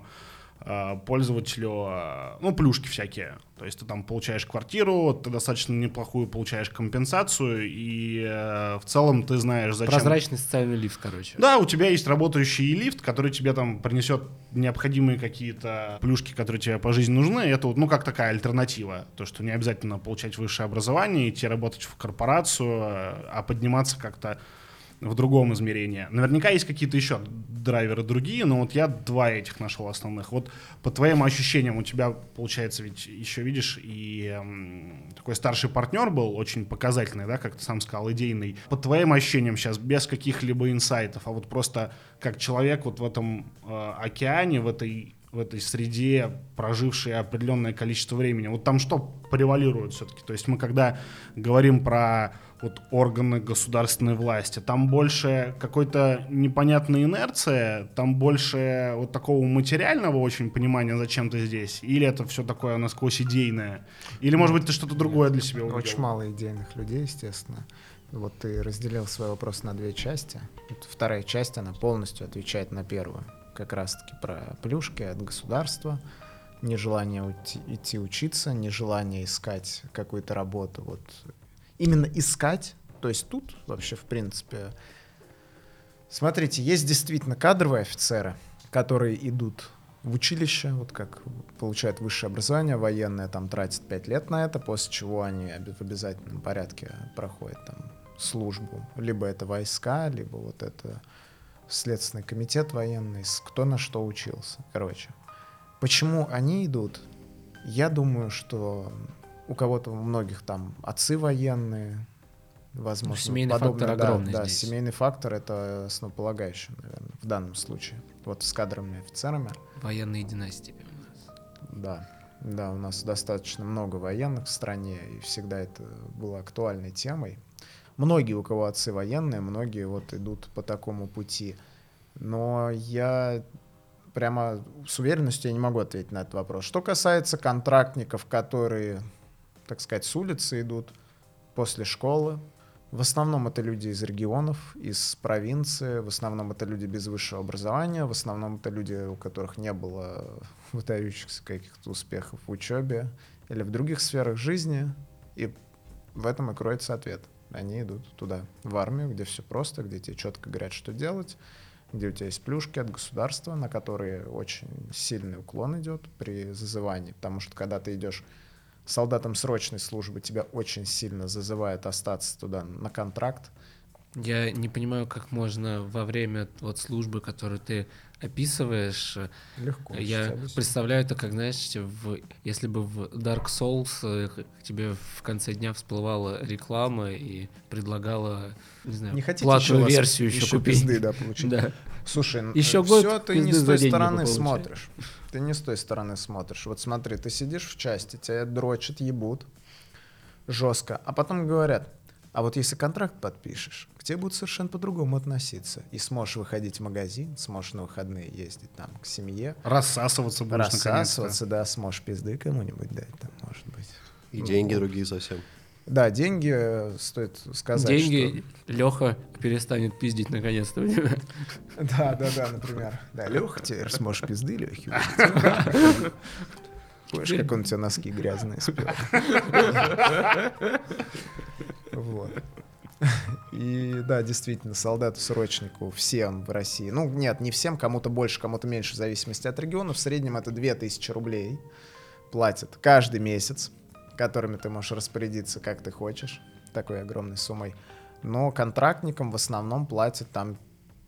пользователю, ну, плюшки всякие. То есть ты там получаешь квартиру, ты достаточно неплохую получаешь компенсацию, и в целом ты знаешь, зачем... Прозрачный социальный лифт, короче. Да, у тебя есть работающий лифт, который тебе там принесет необходимые какие-то плюшки, которые тебе по жизни нужны. Это, ну, как такая альтернатива. То, что не обязательно получать высшее образование, идти работать в корпорацию, а подниматься как-то в другом измерении. Наверняка есть какие-то еще драйверы другие, но вот я 2 этих нашел основных. Вот по твоим ощущениям у тебя, получается, ведь еще, видишь, и такой старший партнер был очень показательный, да, как ты сам сказал, идейный. По твоим ощущениям сейчас, без каких-либо инсайтов, а вот просто как человек вот в этом океане, в этой среде, прожившей определенное количество времени, вот там что превалирует все-таки? То есть мы когда говорим про вот органы государственной власти, там больше какой-то непонятной инерция, там больше вот такого материального очень понимания, зачем ты здесь, или это все такое насквозь идейное, или, может быть, ты что-то другое для себя увидел? Очень мало идейных людей, естественно. Вот ты разделил свой вопрос на 2 части. Вот вторая часть, она полностью отвечает на первую. Как раз-таки про плюшки от государства, нежелание идти учиться, нежелание искать какую-то работу. Вот именно искать, то есть тут вообще, в принципе, смотрите, есть действительно кадровые офицеры, которые идут в училище, вот как получают высшее образование, военные там тратят 5 лет на это, после чего они в обязательном порядке проходят там службу. Либо это войска, либо вот это Следственный комитет военный, кто на что учился. Короче, почему они идут? Я думаю, что у кого-то, у многих там отцы военные, возможно, семейный подобное, фактор огромный да, здесь. семейный фактор — это основополагающий, наверное, в данном случае. Вот с кадровыми офицерами. Военные династии у нас. Да, у нас достаточно много военных в стране, и всегда это было актуальной темой. Многие, у кого отцы военные, многие вот идут по такому пути. Но я прямо с уверенностью не могу ответить на этот вопрос. Что касается контрактников, которые, так сказать, с улицы идут после школы, в основном это люди из регионов, из провинции, в основном это люди без высшего образования, в основном это люди, у которых не было выдающихся каких-то успехов в учебе или в других сферах жизни, и в этом и кроется ответ. Они идут туда, в армию, где все просто, где тебе четко говорят, что делать, где у тебя есть плюшки от государства, на которые очень сильный уклон идет при зазывании, потому что когда ты идешь солдатом срочной службы, тебя очень сильно зазывают остаться туда на контракт. Я не понимаю, как можно во время вот службы, которую ты описываешь, Легко. я представляю это как, знаешь, если бы в Dark Souls к тебе в конце дня всплывала реклама и предлагала, не знаю, не хотите платную еще версию еще купить. пизды, да, получить? Да. Слушай, Еще год все ты не пизды с той за деньги стороны получаешь. смотришь. Ты не с той стороны смотришь. Вот смотри, ты сидишь в части, тебя дрочат, ебут жестко, а потом говорят: а вот если контракт подпишешь, к тебе будут совершенно по-другому относиться. И сможешь выходить в магазин, сможешь на выходные ездить там к семье. Рассасываться будешь Рассасываться, да, сможешь пизды кому-нибудь дать, там, может быть. И деньги другие совсем. Да, деньги, стоит сказать, Деньги Леха перестанет пиздить наконец-то. Да, например. Да, Леха, теперь сможешь пизды, Лехи. Помнишь, как он у тебя носки грязные спел? Вот. И да, действительно, солдату-срочнику всем в России, ну нет, не всем, кому-то больше, кому-то меньше, в зависимости от региона, в среднем это 2000 рублей платят каждый месяц, которыми ты можешь распорядиться, как ты хочешь, такой огромной суммой. Но контрактникам в основном платят там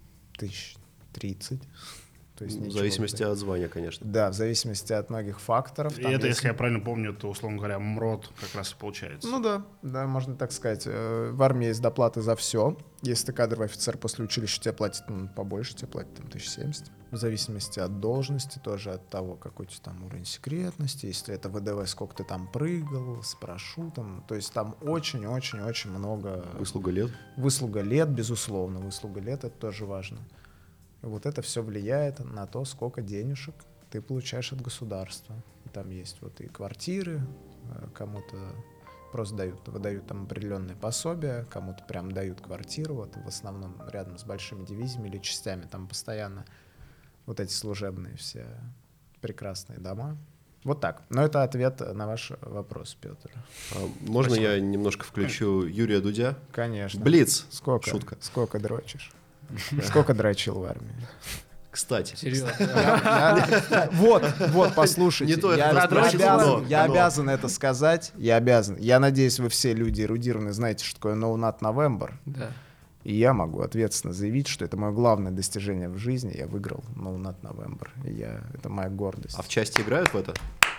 1030. То есть В ничего, зависимости да. от звания, конечно. Да, в зависимости от многих факторов. И Там это, есть- если я правильно помню, то, условно говоря, МРОД как раз и получается. Ну да, можно так сказать. В армии есть доплаты за все. Если ты кадровый офицер после училища, тебе платят побольше, тебе платят там 1070. В зависимости от должности, тоже от того, какой у тебя там уровень секретности. Если это ВДВ, сколько ты там прыгал, с парашютом. То есть там очень-очень-очень много... Выслуга лет. Выслуга лет, безусловно. Выслуга лет — это тоже важно. И вот это все влияет на то, сколько денежек ты получаешь от государства. И там есть вот и квартиры, кому-то просто выдают там определенные пособия, кому-то прям дают квартиру, вот в основном рядом с большими дивизиями или частями, там постоянно вот эти служебные все прекрасные дома. Вот так. Но это ответ на ваш вопрос, Петр. Можно Спасибо. я немножко включу Юрия Дудя? Конечно. Блиц. Сколько? Шутка. Сколько дрочишь? Сколько дрочил в армии? Кстати. Серьезно. Вот, послушайте. Не то это я продрочить, обязан, но- я но. обязан это сказать. Я обязан. Я надеюсь, вы все люди эрудированные знаете, что такое No Nut November. Да. И я могу ответственно заявить, что это мое главное достижение в жизни. Я выиграл No Nut November. И это моя гордость. А в части играют в это?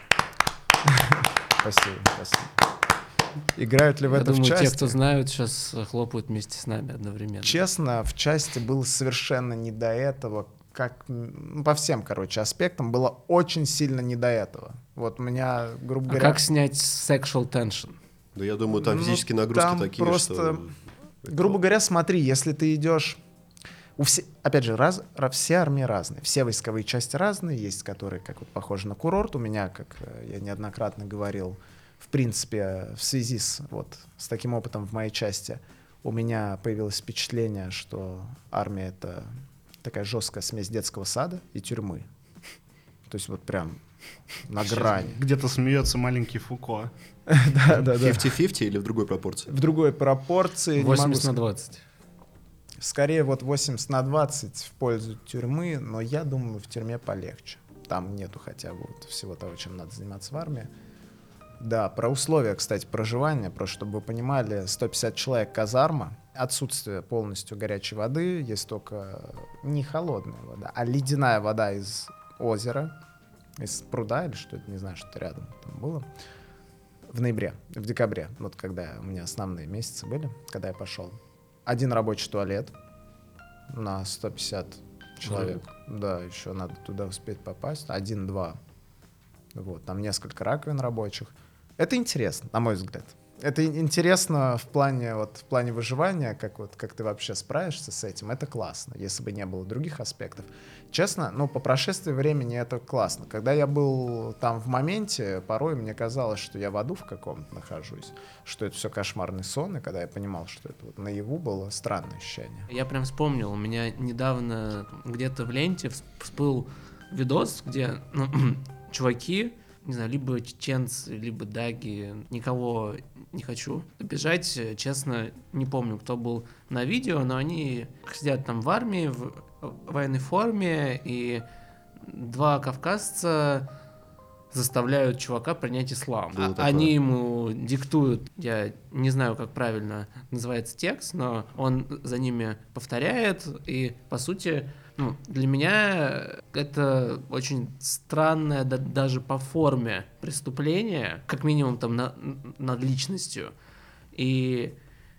Спасибо. Играют ли в Я это думаю, в части? те, кто знают, сейчас хлопают вместе с нами одновременно. Честно, в части было совершенно не до этого. По всем, аспектам было очень сильно не до этого. Вот у меня, грубо А говоря... как снять sexual tension? Да я думаю, там Ну, физические нагрузки там такие, просто, что... грубо говоря, смотри, если ты идешь... Опять же, все армии разные, все войсковые части разные, есть которые как вот похожи на курорт. У меня, как я неоднократно говорил, в принципе, в связи с таким опытом в моей части, у меня появилось впечатление, что армия — это такая жесткая смесь детского сада и тюрьмы. То есть вот прям на грани. Где-то смеется маленький Фуко. Да. 50-50 или в другой пропорции? В другой пропорции. не могу 80/20. Скорее 80/20 в пользу тюрьмы, но я думаю, в тюрьме полегче. Там нету хотя бы всего того, чем надо заниматься в армии. Да, про условия, кстати, проживания, просто чтобы вы понимали, 150 человек казарма, отсутствие полностью горячей воды, есть только не холодная вода, а ледяная вода из озера, из пруда или что это, не знаю, что-то рядом там было. В ноябре, в декабре, вот когда у меня основные месяцы были, когда я пошел. Один рабочий туалет на 150 человек. Да, еще надо туда успеть попасть. 1-2. Вот, там несколько раковин рабочих. Это интересно, на мой взгляд. Это интересно в плане выживания, как ты вообще справишься с этим. Это классно, если бы не было других аспектов. Честно, по прошествии времени это классно. Когда я был там в моменте, порой мне казалось, что я в аду в каком-то нахожусь, что это все кошмарный сон, и когда я понимал, что это наяву, было странное ощущение. Я прям вспомнил, у меня недавно где-то в ленте всплыл видос, где чуваки, не знаю, либо чеченцы, либо даги, никого не хочу обижать, честно, не помню, кто был на видео, но они сидят там в армии, в военной форме, и два кавказца заставляют чувака принять ислам. Было такое. Они ему диктуют, я не знаю, как правильно называется текст, но он за ними повторяет, и, по сути, для меня это очень странное, даже по форме преступление, как минимум там над личностью. И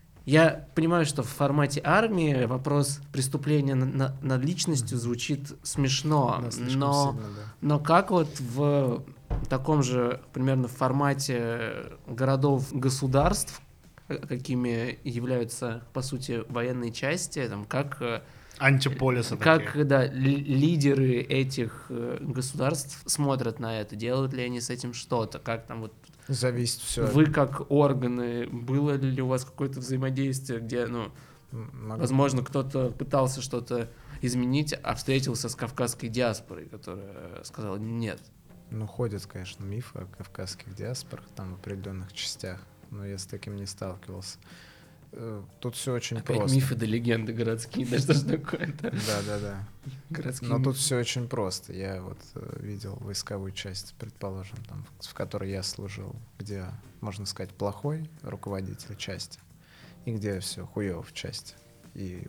я понимаю, что в формате армии вопрос преступления над личностью звучит смешно, Да, слишком но, сильно, да. но как вот в таком же примерно в формате городов-государств, какими являются, по сути, военные части, там, как Антиполисы такие. как, да, лидеры этих государств смотрят на это, делают ли они с этим что-то, как там вот Зависит все. вы как органы, было ли у вас какое-то взаимодействие, где, возможно, кто-то пытался что-то изменить, а встретился с кавказской диаспорой, которая сказала нет. Ходят, конечно, мифы о кавказских диаспорах там в определенных частях, но я с таким не сталкивался. Тут все очень Опять просто. мифы да легенды городские, да что ж такое-то? Да. Городские Но мифы. тут все очень просто. Я вот видел войсковую часть, предположим, там, в которой я служил, где, можно сказать, плохой руководитель части, и где все хуёво в части. И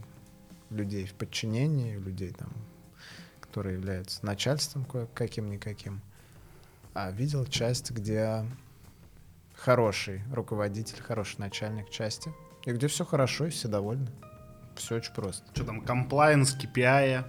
у людей в подчинении, у людей, там, которые являются начальством каким-никаким. А видел часть, где хороший руководитель, хороший начальник части, и где все хорошо и все довольны. Все очень просто. Что там, комплайенс, KPI,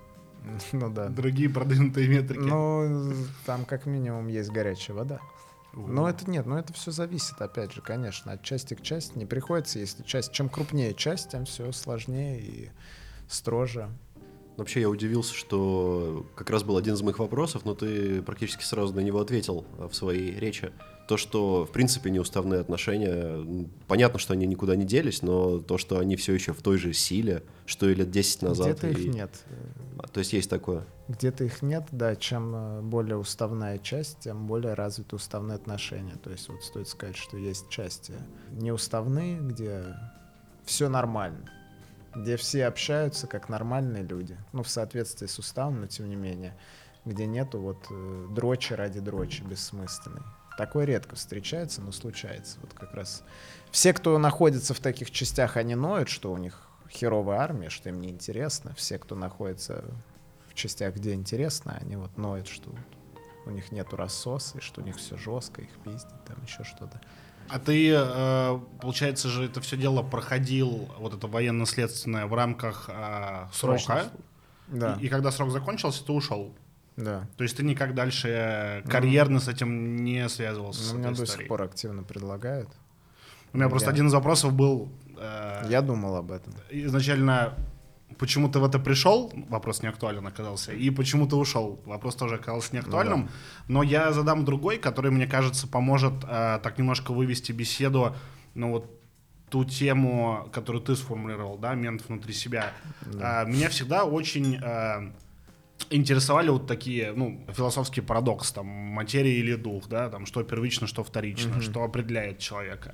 Ну да. другие продвинутые метрики. Ну, там как минимум есть горячая вода. Но это нет, но это все зависит, опять же, конечно, от части к части. Не приходится, если часть, чем крупнее часть, тем все сложнее и строже. Вообще я удивился, что как раз был один из моих вопросов, но ты практически сразу на него ответил в своей речи. То, что в принципе неуставные отношения, понятно, что они никуда не делись, но то, что они все еще в той же силе, что и лет 10 назад. Где-то их нет. То есть есть такое. Где-то их нет, да. Чем более уставная часть, тем более развиты уставные отношения. То есть вот стоит сказать, что есть части неуставные, где все нормально, где все общаются как нормальные люди, ну, в соответствии с уставом, но тем не менее, где нету вот дрочи ради дрочи бессмысленной. Такое редко встречается, но случается. Вот как раз все, кто находится в таких частях, они ноют, что у них херовая армия, что им неинтересно. Все, кто находится в частях, где интересно, они вот ноют, что у них нету рассоса, и что у них все жестко, их пиздят, там еще что-то. А ты, получается же, это все дело проходил, вот это военно-следственное, в рамках срока. Да, И когда срок закончился, ты ушел. да. То есть ты никак дальше карьерно с этим не связывался? Но с меня этой до историей? сих пор активно предлагают. У меня просто Я- один из вопросов был Я думал об этом. изначально, почему ты в это пришел, вопрос не актуален оказался, и почему ты ушел, вопрос тоже оказался не актуальным, Ну но я задам другой, который, мне кажется, поможет так немножко вывести беседу, ну вот ту тему, которую ты сформулировал, да, мент внутри себя. Меня всегда очень интересовали вот такие, ну, философские парадоксы, там, материя или дух, да, там, что первично, что вторично, что определяет человека.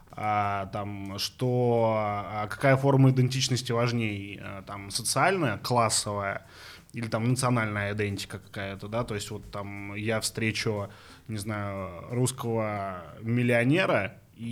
Там, какая форма идентичности важнее, там, социальная, классовая или там национальная идентика какая-то, да, то есть вот там я встречу, не знаю, русского миллионера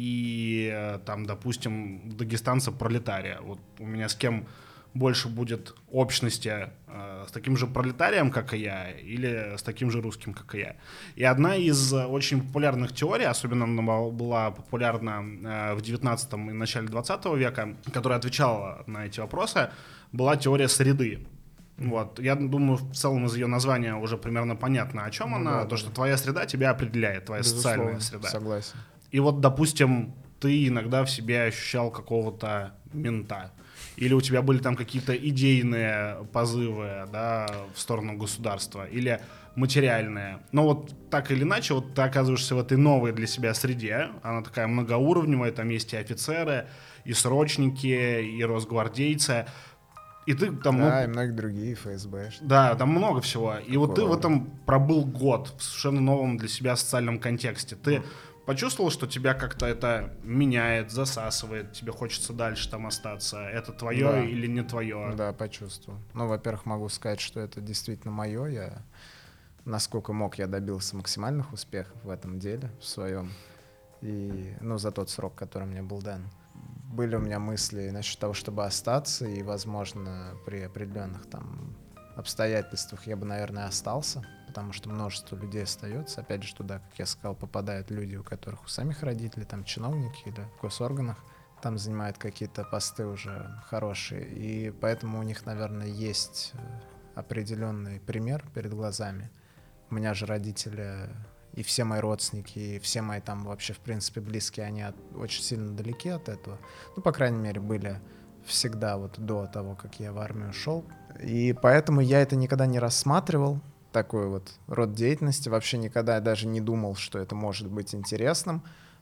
и там, допустим, дагестанца-пролетария. Вот у меня с кем больше будет общности, с таким же пролетарием, как и я, или с таким же русским, как и я. И одна из очень популярных теорий, особенно она была популярна в 19 и начале 20 века, которая отвечала на эти вопросы, была теория среды. Вот. Я думаю, в целом из ее названия уже примерно понятно, о чем она. да, То, что твоя среда тебя определяет, твоя социальная Безусловно, среда. согласен. И вот, допустим, ты иногда в себе ощущал какого-то мента. Или у тебя были там какие-то идейные позывы, да, в сторону государства, или материальные. Но вот так или иначе, вот ты оказываешься в этой новой для себя среде, она такая многоуровневая, там есть и офицеры, и срочники, и росгвардейцы, и ты там... Да, и многие другие ФСБ. Да, там много всего. И вот ты в рода. этом пробыл год в совершенно новом для себя социальном контексте. Ты почувствовал, что тебя как-то это меняет, засасывает, тебе хочется дальше там остаться? Это твое Да. или не твое? Да, почувствовал. Ну, во-первых, могу сказать, что это действительно мое. Я, насколько мог, я добился максимальных успехов в этом деле, в своем. И, ну, за тот срок, который мне был дан. Были у меня мысли насчет того, чтобы остаться, и, возможно, при определенных там обстоятельствах я бы, наверное, остался, потому что множество людей остается. Опять же, туда, как я сказал, попадают люди, у которых у самих родителей, там, чиновники или в госорганах, там занимают какие-то посты уже хорошие, и поэтому у них, наверное, есть определенный пример перед глазами. У меня же родители и все мои родственники, и все мои там вообще, в принципе, близкие, они очень сильно далеки от этого. Ну, по крайней мере, были всегда вот до того, как я в армию шел. И поэтому я это никогда не рассматривал, такой вот род деятельности. Вообще никогда даже не думал, что это может быть интересным.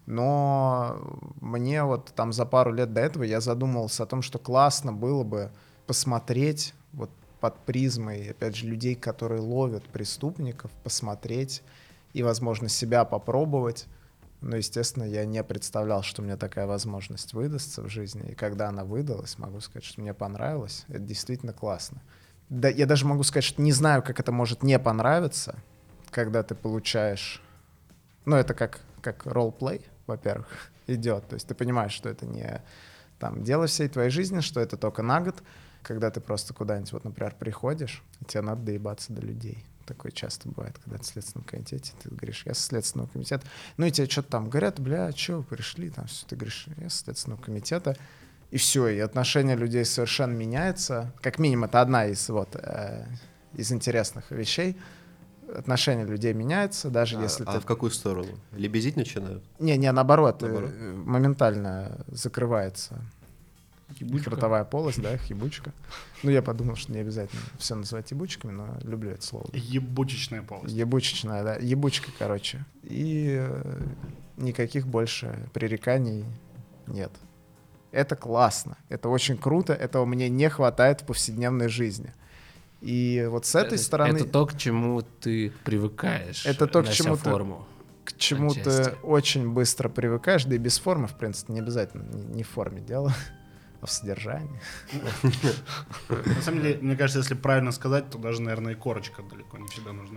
Но мне вот там за пару лет до этого я задумывался о том, что классно было бы посмотреть вот под призмой, опять же, людей, которые ловят преступников, посмотреть и, возможно, себя попробовать Но, естественно, я не представлял, что мне такая возможность выдастся в жизни. И когда она выдалась, могу сказать, что мне понравилось. Это действительно классно. Да, я даже могу сказать, что не знаю, как это может не понравиться, когда ты получаешь... Ну, это как ролл-плей, во-первых, идет. То есть ты понимаешь, что это не там, дело всей твоей жизни, что это только на год. Когда ты просто куда-нибудь, вот, например, приходишь, и тебе надо доебаться до людей. Такое часто бывает, когда ты в Следственном комитете, ты говоришь, я со Следственного комитета. Ну и тебе что-то там говорят, бля, что вы пришли, там все. Ты говоришь, я со Следственного комитета. И все, и отношение людей совершенно меняется. Как минимум, это одна из, из интересных вещей. Отношение людей меняется, даже если ты... в какую сторону? Лебезить начинают? Не, наоборот. Моментально закрывается ротовая полость, да, ебучка. Ну, я подумал, что не обязательно все называть ебучками, но люблю это слово. Ебучечная полость. Ебучечная, да. Ебучка, короче. И никаких больше пререканий нет. Это классно. Это очень круто. Этого мне не хватает в повседневной жизни. И вот с этой стороны... Это то, к чему ты привыкаешь, это то, к чему форму. К чему отчасти. ты очень быстро привыкаешь, да и без формы, в принципе, не обязательно, не в форме дело, а в содержании. На самом деле, мне кажется, если правильно сказать, то даже, наверное, и корочка далеко не всегда нужна.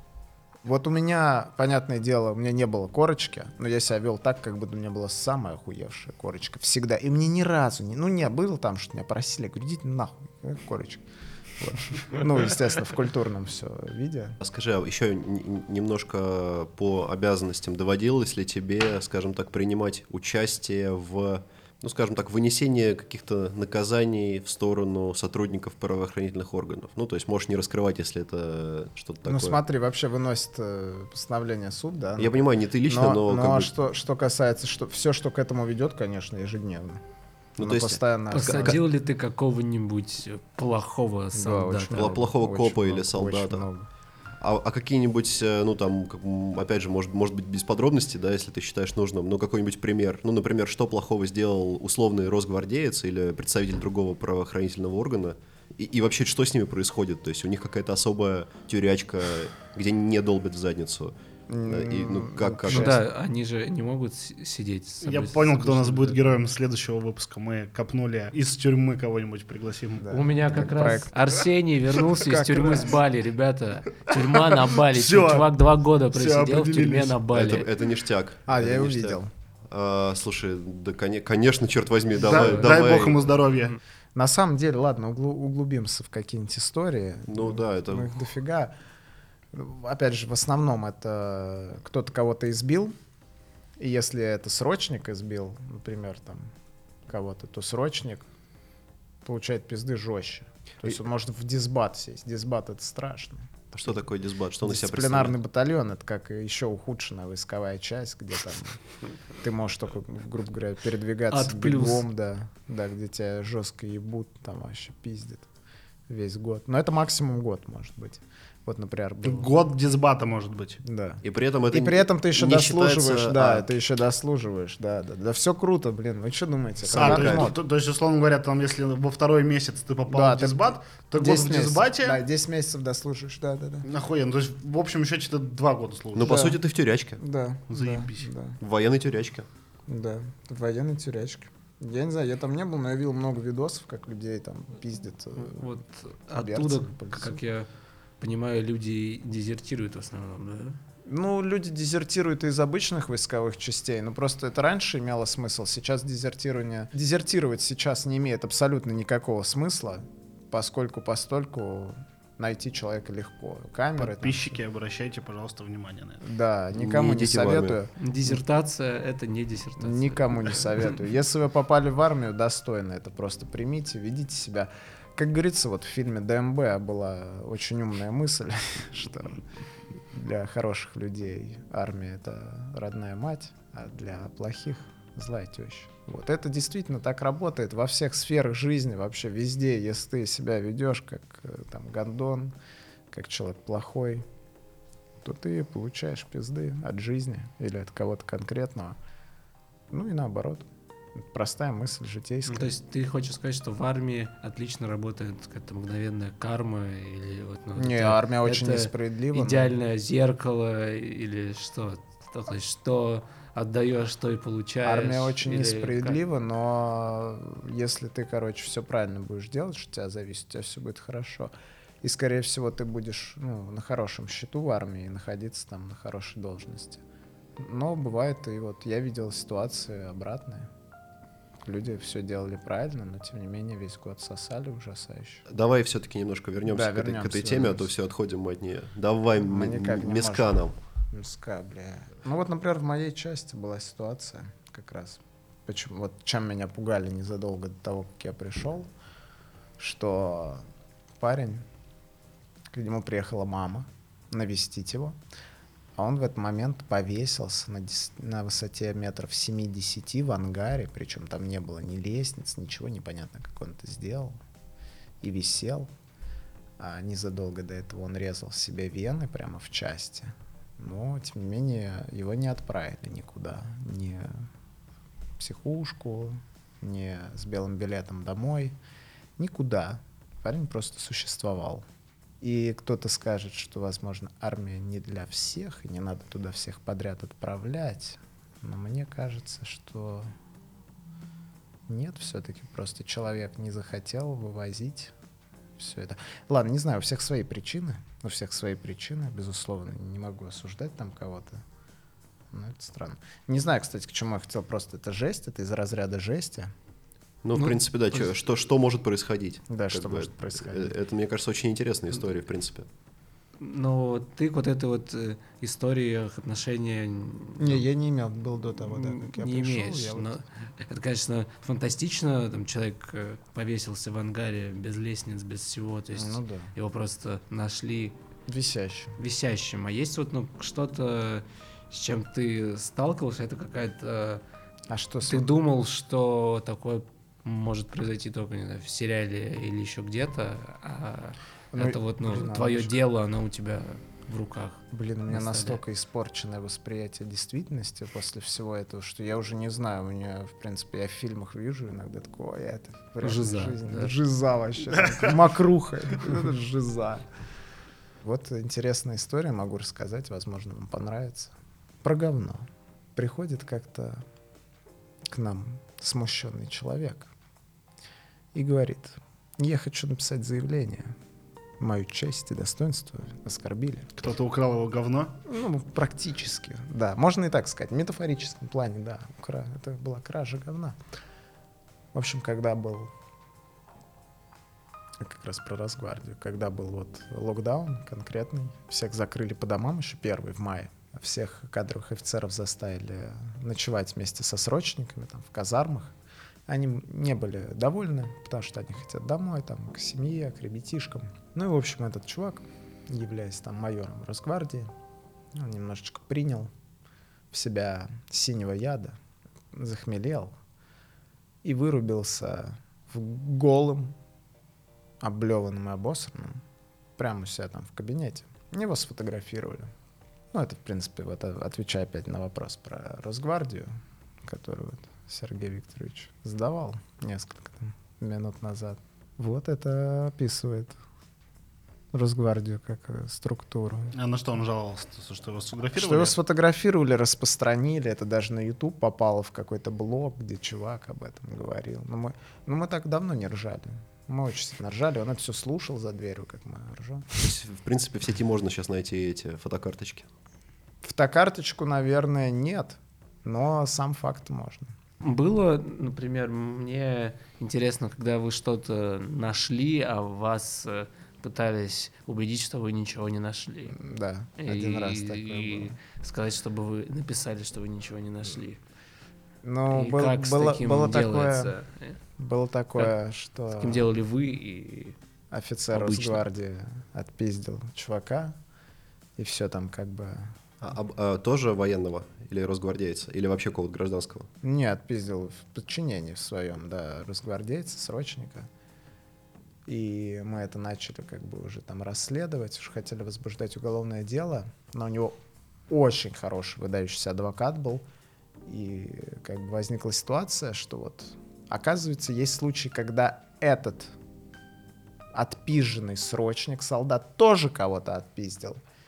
Вот у меня, понятное дело, у меня не было корочки, но я себя вел так, как будто у меня была самая охуевшая корочка. Всегда. И мне ни разу не было там, что меня просили, я говорю, идите нахуй, корочка. Вот. Ну, естественно, в культурном все виде. А скажи, а еще немножко по обязанностям доводилось ли тебе, скажем так, принимать участие в, ну, скажем так, вынесении каких-то наказаний в сторону сотрудников правоохранительных органов? Ну, то есть можешь не раскрывать, если это что-то такое. Ну, смотри, вообще выносит постановление суд, да? Я понимаю, не ты лично, но ну, как а бы... что касается, все, что к этому ведет, конечно, ежедневно. Ну, Оно то есть постоянно... Посадил ли ты какого-нибудь плохого Да, солдата? очень много, плохого очень копа или много, солдата? очень много. А какие-нибудь, ну там, опять же, может быть, без подробностей, да, если ты считаешь нужным, но какой-нибудь пример. Ну, например, что плохого сделал условный росгвардеец или представитель другого правоохранительного органа, и вообще, что с ними происходит? То есть у них какая-то особая тюрячка, где не долбят в задницу. И, ну, как? Ну да, они же не могут сидеть. Я понял, кто у нас будет героем следующего выпуска. Мы копнули из тюрьмы кого-нибудь пригласим. Да. У меня как раз проект. Арсений вернулся из тюрьмы с Бали, ребята. Тюрьма на Бали. Всё. Чувак 2 года Всё, просидел в тюрьме определились. на Бали. Это ништяк. А, Это я его ништяк. видел. Слушай, да, конечно, черт возьми, давай. Дай бог ему здоровья. На самом деле, ладно, углубимся в какие-нибудь истории. Ну да, это... Ну, их дофига. Опять же, в основном это кто-то кого-то избил. И если это срочник избил, например, там кого-то, то срочник получает пизды жестче. То есть он может в дисбат сесть. Дисбат — это страшно. Что такое дисбат? Что он из себя Дисциплинарный представляет? батальон — это как еще ухудшенная войсковая часть, где там ты можешь только, грубо говоря, передвигаться Ад плюс. бегом, да, где тебя жестко ебут, там вообще пиздят весь год. Но это максимум год, может быть. Вот, например, был... Год дисбата, может быть. Да. И при этом это И при этом ты еще не дослуживаешь, считается- да, ты еще дослуживаешь, да. Да все круто, блин, вы что думаете? А, Как мод? то есть, условно говоря, там, если во второй месяц ты попал Да, в ты дисбат, то год 10 в месяцев, дисбате, да, 10 месяцев дослуживаешь, да. охуенно. То есть, в общем счете, ты 2 года служишь. Ну, по Да. сути, ты в тюрячке. Да. Заебись. Да, В военной тюрячке. да, в военной тюрячке. Я не знаю, я там не был, но я видел много видосов, как людей там пиздят. Вот берцы, оттуда, полицию. как я понимаю, люди дезертируют в основном, да? Ну, люди дезертируют из обычных войсковых частей, но просто это раньше имело смысл, сейчас дезертировать сейчас не имеет абсолютно никакого смысла, постольку найти человека легко. Камеры. Подписчики, обращайте, пожалуйста, внимание на это. Да, никому не идите в армию. советую. Дезертация — это не диссертация. Никому не советую. Если вы попали в армию, достойно это просто примите, ведите себя. Как говорится, вот в фильме ДМБ была очень умная мысль, что для хороших людей армия — это родная мать, а для плохих — злая теща. Вот это действительно так работает во всех сферах жизни, вообще везде. Если ты себя ведешь как там гондон, как человек плохой, то ты получаешь пизды от жизни или от кого-то конкретного. Ну и наоборот. Простая мысль житейская. Ну, то есть ты хочешь сказать, что в армии отлично работает какая-то мгновенная карма или вот... Ну, Не, это- армия очень это несправедлива. но- идеальное зеркало или что? То есть что отдаешь, то и получаешь. Армия очень или несправедлива, но если ты, короче, все правильно будешь делать, что от тебя зависит, у тебя все будет хорошо. И, скорее всего, ты будешь на хорошем счету в армии и находиться там на хорошей должности. Но бывает, и вот я видел ситуации обратные. Люди все делали правильно, но тем не менее весь год сосали ужасающе. Давай все-таки немножко вернемся Да, к этой вернемся, теме, а то вернемся. все отходим мы от нее. Давай Мы никак не миска можем. нам. Мирска, бля. Ну вот, например, в моей части была ситуация как раз. Почему? Вот чем меня пугали незадолго до того, как я пришел, что парень, к нему приехала мама навестить его, а он в этот момент повесился на высоте метров 7-10 в ангаре, причем там не было ни лестниц, ничего, непонятно, как он это сделал, и висел. А незадолго до этого он резал себе вены прямо в части. Но, тем не менее, его не отправили никуда. Ни в психушку, ни с белым билетом домой. Никуда. Парень просто существовал. И кто-то скажет, что, возможно, армия не для всех, и не надо туда всех подряд отправлять. Но мне кажется, что нет, все-таки просто человек не захотел вывозить все это. Ладно, не знаю, у всех свои причины. У всех свои причины, безусловно. Не могу осуждать там кого-то. Но это странно. Не знаю, кстати, к чему я хотел. Просто это жесть, это из разряда жести. Ну, в принципе, да, что может происходить? Да, Как что бы, может происходить. Это, мне кажется, очень интересная история, в принципе. Но ты к вот этой вот историях, отношения Не, я не имел, был до того, да, как я не пришел. имеешь. Я Но вот... это, конечно, фантастично. Там человек повесился в ангаре без лестниц, без всего. То есть Ну да, его просто нашли висящий. висящим. А есть вот что-то, с чем ты сталкивался, это какая-то... А что Ты думал, что такое может произойти только, не знаю, в сериале или еще где-то, а Ну, это вот, блин, твое оно ж- дело, оно у тебя в руках. Блин, у меня на столе. настолько испорченное восприятие действительности после всего этого, что я уже не знаю, у меня, в принципе, я в фильмах вижу иногда такое, ой, это в реальной Жиза, жизни. да? Жиза вообще, там, мокруха, это жиза. Вот интересная история, могу рассказать, возможно, вам понравится. Про говно. Приходит как-то к нам смущенный человек и говорит: я хочу написать заявление. Мою честь и достоинство оскорбили. Кто-то украл его говно. Ну, практически, да. Можно и так сказать. В метафорическом плане, да. Это была кража говна. В общем, когда был... Как раз про Росгвардию. Когда был вот локдаун конкретный, всех закрыли по домам еще первый в мае. Всех кадровых офицеров заставили ночевать вместе со срочниками там, в казармах. Они не были довольны, потому что они хотят домой, там, к семье, к ребятишкам. Ну и, в общем, этот чувак, являясь там майором Росгвардии, он немножечко принял в себя синего яда, захмелел и вырубился в голым, облеванным и обосранным прямо у себя там в кабинете. Его сфотографировали. Ну, это, в принципе, вот отвечая опять на вопрос про Росгвардию, который вот Сергей Викторович задавал несколько минут назад. Вот это описывает Росгвардию как структуру. А на что он жаловался? Что его сфотографировали? Что его сфотографировали, распространили, это даже на YouTube попало в какой-то блог, где чувак об этом говорил. Но мы так давно не ржали. Мы очень сильно ржали, он это все слушал за дверью, как мы ржем. То есть, в принципе, в сети можно сейчас найти эти фотокарточки. Фотокарточку, наверное, нет, но сам факт можно. Было, например, мне интересно, когда вы что-то нашли, а вас пытались убедить, что вы ничего не нашли. Да, один раз такое И было. сказать, чтобы вы написали, что вы ничего не нашли. Ну, И было, как с было, таким было делается? такое, было такое, что С таким делали вы и... офицер обычно? Росгвардии отпиздил чувака, и все там как бы... Тоже военного или росгвардейца? Или вообще какого-то гражданского? Не, отпиздил в подчинении в своем, да, росгвардейца, срочника. И мы это начали как бы уже там расследовать, уже хотели возбуждать уголовное дело, но у него очень хороший выдающийся адвокат был, и как бы возникла ситуация, что вот оказывается есть случаи, когда этот отпизженный срочник, солдат тоже кого-то отпиздил.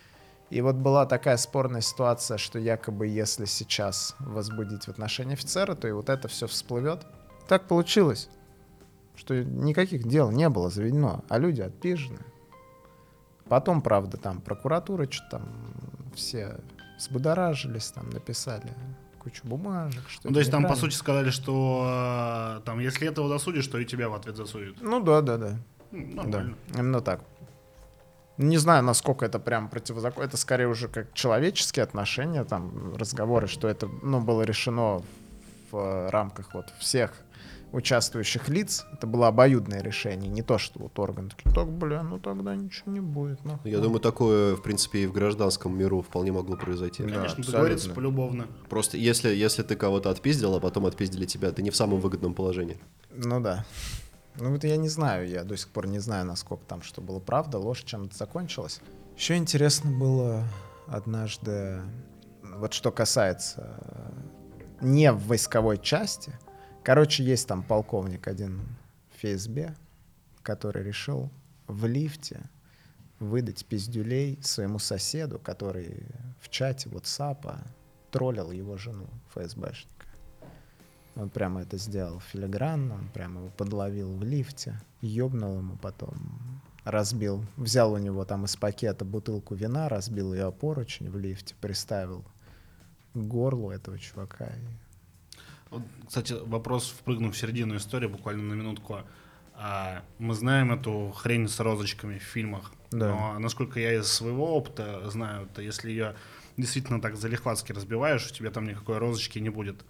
И вот была такая спорная ситуация, что якобы если сейчас возбудить в отношении офицера, то и вот это все всплывет. Так получилось, что никаких дел не было заведено, а люди отпизжены. Потом, правда, там прокуратура что-то там все взбудоражились, там написали кучу бумажек. Что Ну, то есть там, по неправильно. сути, сказали, что там, если этого засудишь, то и тебя в ответ засудят. Ну да. Нормально. Да, именно так. Не знаю, насколько это прям противозаконно. Это скорее уже как человеческие отношения, там разговоры, что это было решено в рамках вот всех участвующих лиц. Это было обоюдное решение, не то, что вот органы такие, так, ну тогда ничего не будет. Я думаю, такое, в принципе, и в гражданском миру вполне могло произойти. Да, Конечно, абсолютно. договориться полюбовно. Просто если ты кого-то отпиздил, а потом отпиздили тебя, ты не в самом выгодном положении. Ну да. Ну вот я не знаю, я до сих пор не знаю, насколько там что было правда, ложь, чем это закончилось. Еще интересно было однажды, вот что касается не в войсковой части. Короче, есть там полковник один в ФСБ, который решил в лифте выдать пиздюлей своему соседу, который в чате WhatsApp троллил его жену, ФСБшника. Он прямо это сделал филигранно, он прямо его подловил в лифте, ёбнул ему потом, разбил, взял у него там из пакета бутылку вина, разбил ее о поручень в лифте, приставил к горлу этого чувака. Вот, кстати, вопрос, впрыгнув в середину истории, буквально на минутку. Мы знаем эту хрень с розочками в фильмах, Да. но насколько я из своего опыта знаю, то если ее действительно так залихватски разбиваешь, у тебя там никакой розочки не будет.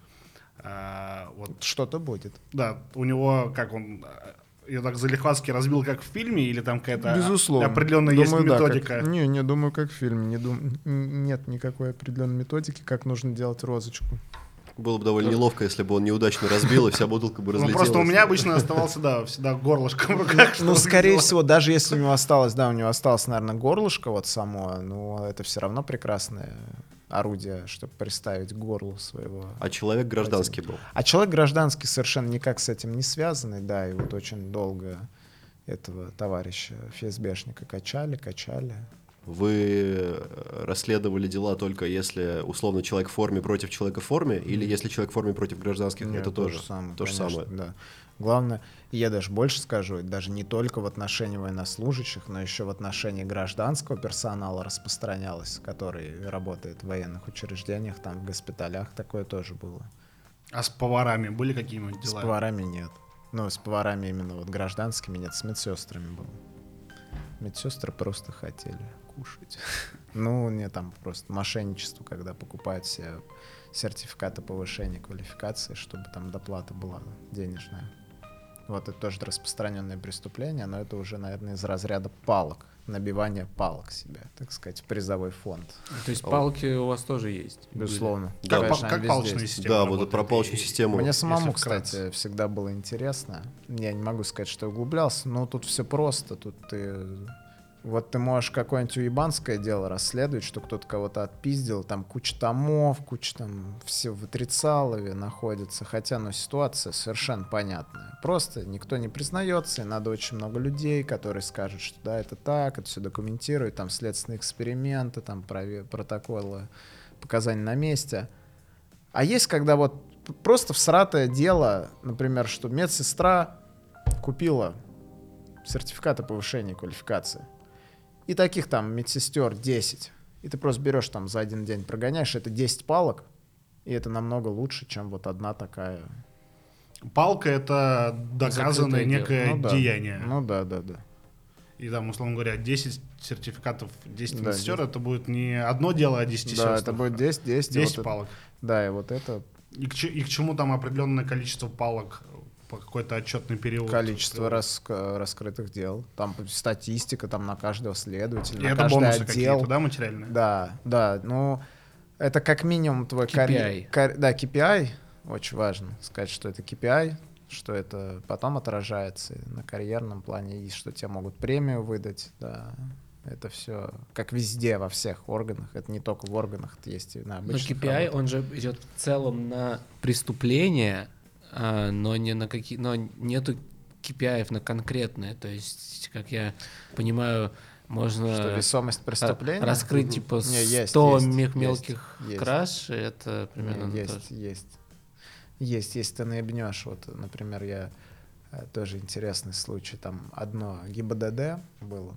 Вот. Что-то будет. Да, у него, как он ее так залихватски разбил, как в фильме, или там какая-то Безусловно. определенная Думаю, есть да, методика? Не, думаю, как в фильме. Нет никакой определенной методики, как нужно делать розочку. Было бы довольно неловко, если бы он неудачно разбил, и вся бутылка бы Ну, разлетелась. просто у меня обычно оставался, да, всегда горлышком в руках. Ну, чтобы скорее делать. всего, даже если у него осталось, наверное, горлышко вот само, но это все равно прекрасное орудие, чтобы приставить к горлу своего. А человек гражданский был. А человек гражданский совершенно никак с этим не связанный, да, и вот очень долго этого товарища ФСБшника качали. Вы расследовали дела только если, условно, человек в форме против человека в форме, или если человек в форме против гражданских, Нет, это тоже самое, то же конечно, самое. да. Главное, и я даже больше скажу, даже не только в отношении военнослужащих, но еще в отношении гражданского персонала распространялось, который работает в военных учреждениях, там в госпиталях, такое тоже было. А с поварами были какие-нибудь С дела? поварами нет. Ну, с поварами именно вот гражданскими нет, с медсестрами было. Медсестры просто хотели кушать. Ну, не там просто мошенничество, когда покупают все сертификаты повышения квалификации, чтобы там доплата была денежная. Вот это тоже распространенное преступление, но это уже, наверное, из разряда палок, набивание палок себе, так сказать, в призовой фонд. То есть палки у вас тоже есть? Безусловно. Да, Конечно, Как они палочная везде. система Да, работает? вот про палочную И- систему. Мне самому, если вкратце. кстати, всегда было интересно. Я не могу сказать, что углублялся, но тут все просто. Тут ты можешь какое-нибудь уебанское дело расследовать, что кто-то кого-то отпиздил, там куча томов, куча там все в отрицалове находится. Хотя, ситуация совершенно понятная. Просто никто не признается, и надо очень много людей, которые скажут, что да, это так, это все документируют, там следственные эксперименты, там протоколы, показания на месте. А есть, когда вот просто всратое дело, например, что медсестра купила сертификат о повышении квалификации. И таких там медсестер 10. И ты просто берешь там за один день, прогоняешь, это 10 палок, и это намного лучше, чем вот одна такая. Палка — это доказанное Закрытое некое Ну да. деяние. Ну да. И там, условно говоря, 10 сертификатов, 10 Да, медсестер, 10. это будет не одно дело, а 10 Да, сестер. это будет 10, 10. 10 вот палок. Да, и вот это И к чему там определенное количество палок по какой-то отчетный период? количество раскрытых дел. Там статистика там на каждого следователя, И на это каждый бонусы отдел. какие-то, да, материальные? Да, ну это как минимум твой KPI. Да, KPI, очень важно сказать, что это KPI, что это потом отражается на карьерном плане, и что тебе могут премию выдать, да. Это все как везде, во всех органах. Это не только в органах, это есть и на Но обычных KPI, работах. он же идет в целом на преступление, но не на какие, но нету KPI на конкретное. То есть, как я понимаю, можно Что весомость преступления? раскрыть типа Не, есть, 100 есть, мелких есть. краж, и это примерно Не, то. Есть, ты наебнешь. Вот, например, я тоже интересный случай. Там одно ГИБДД было,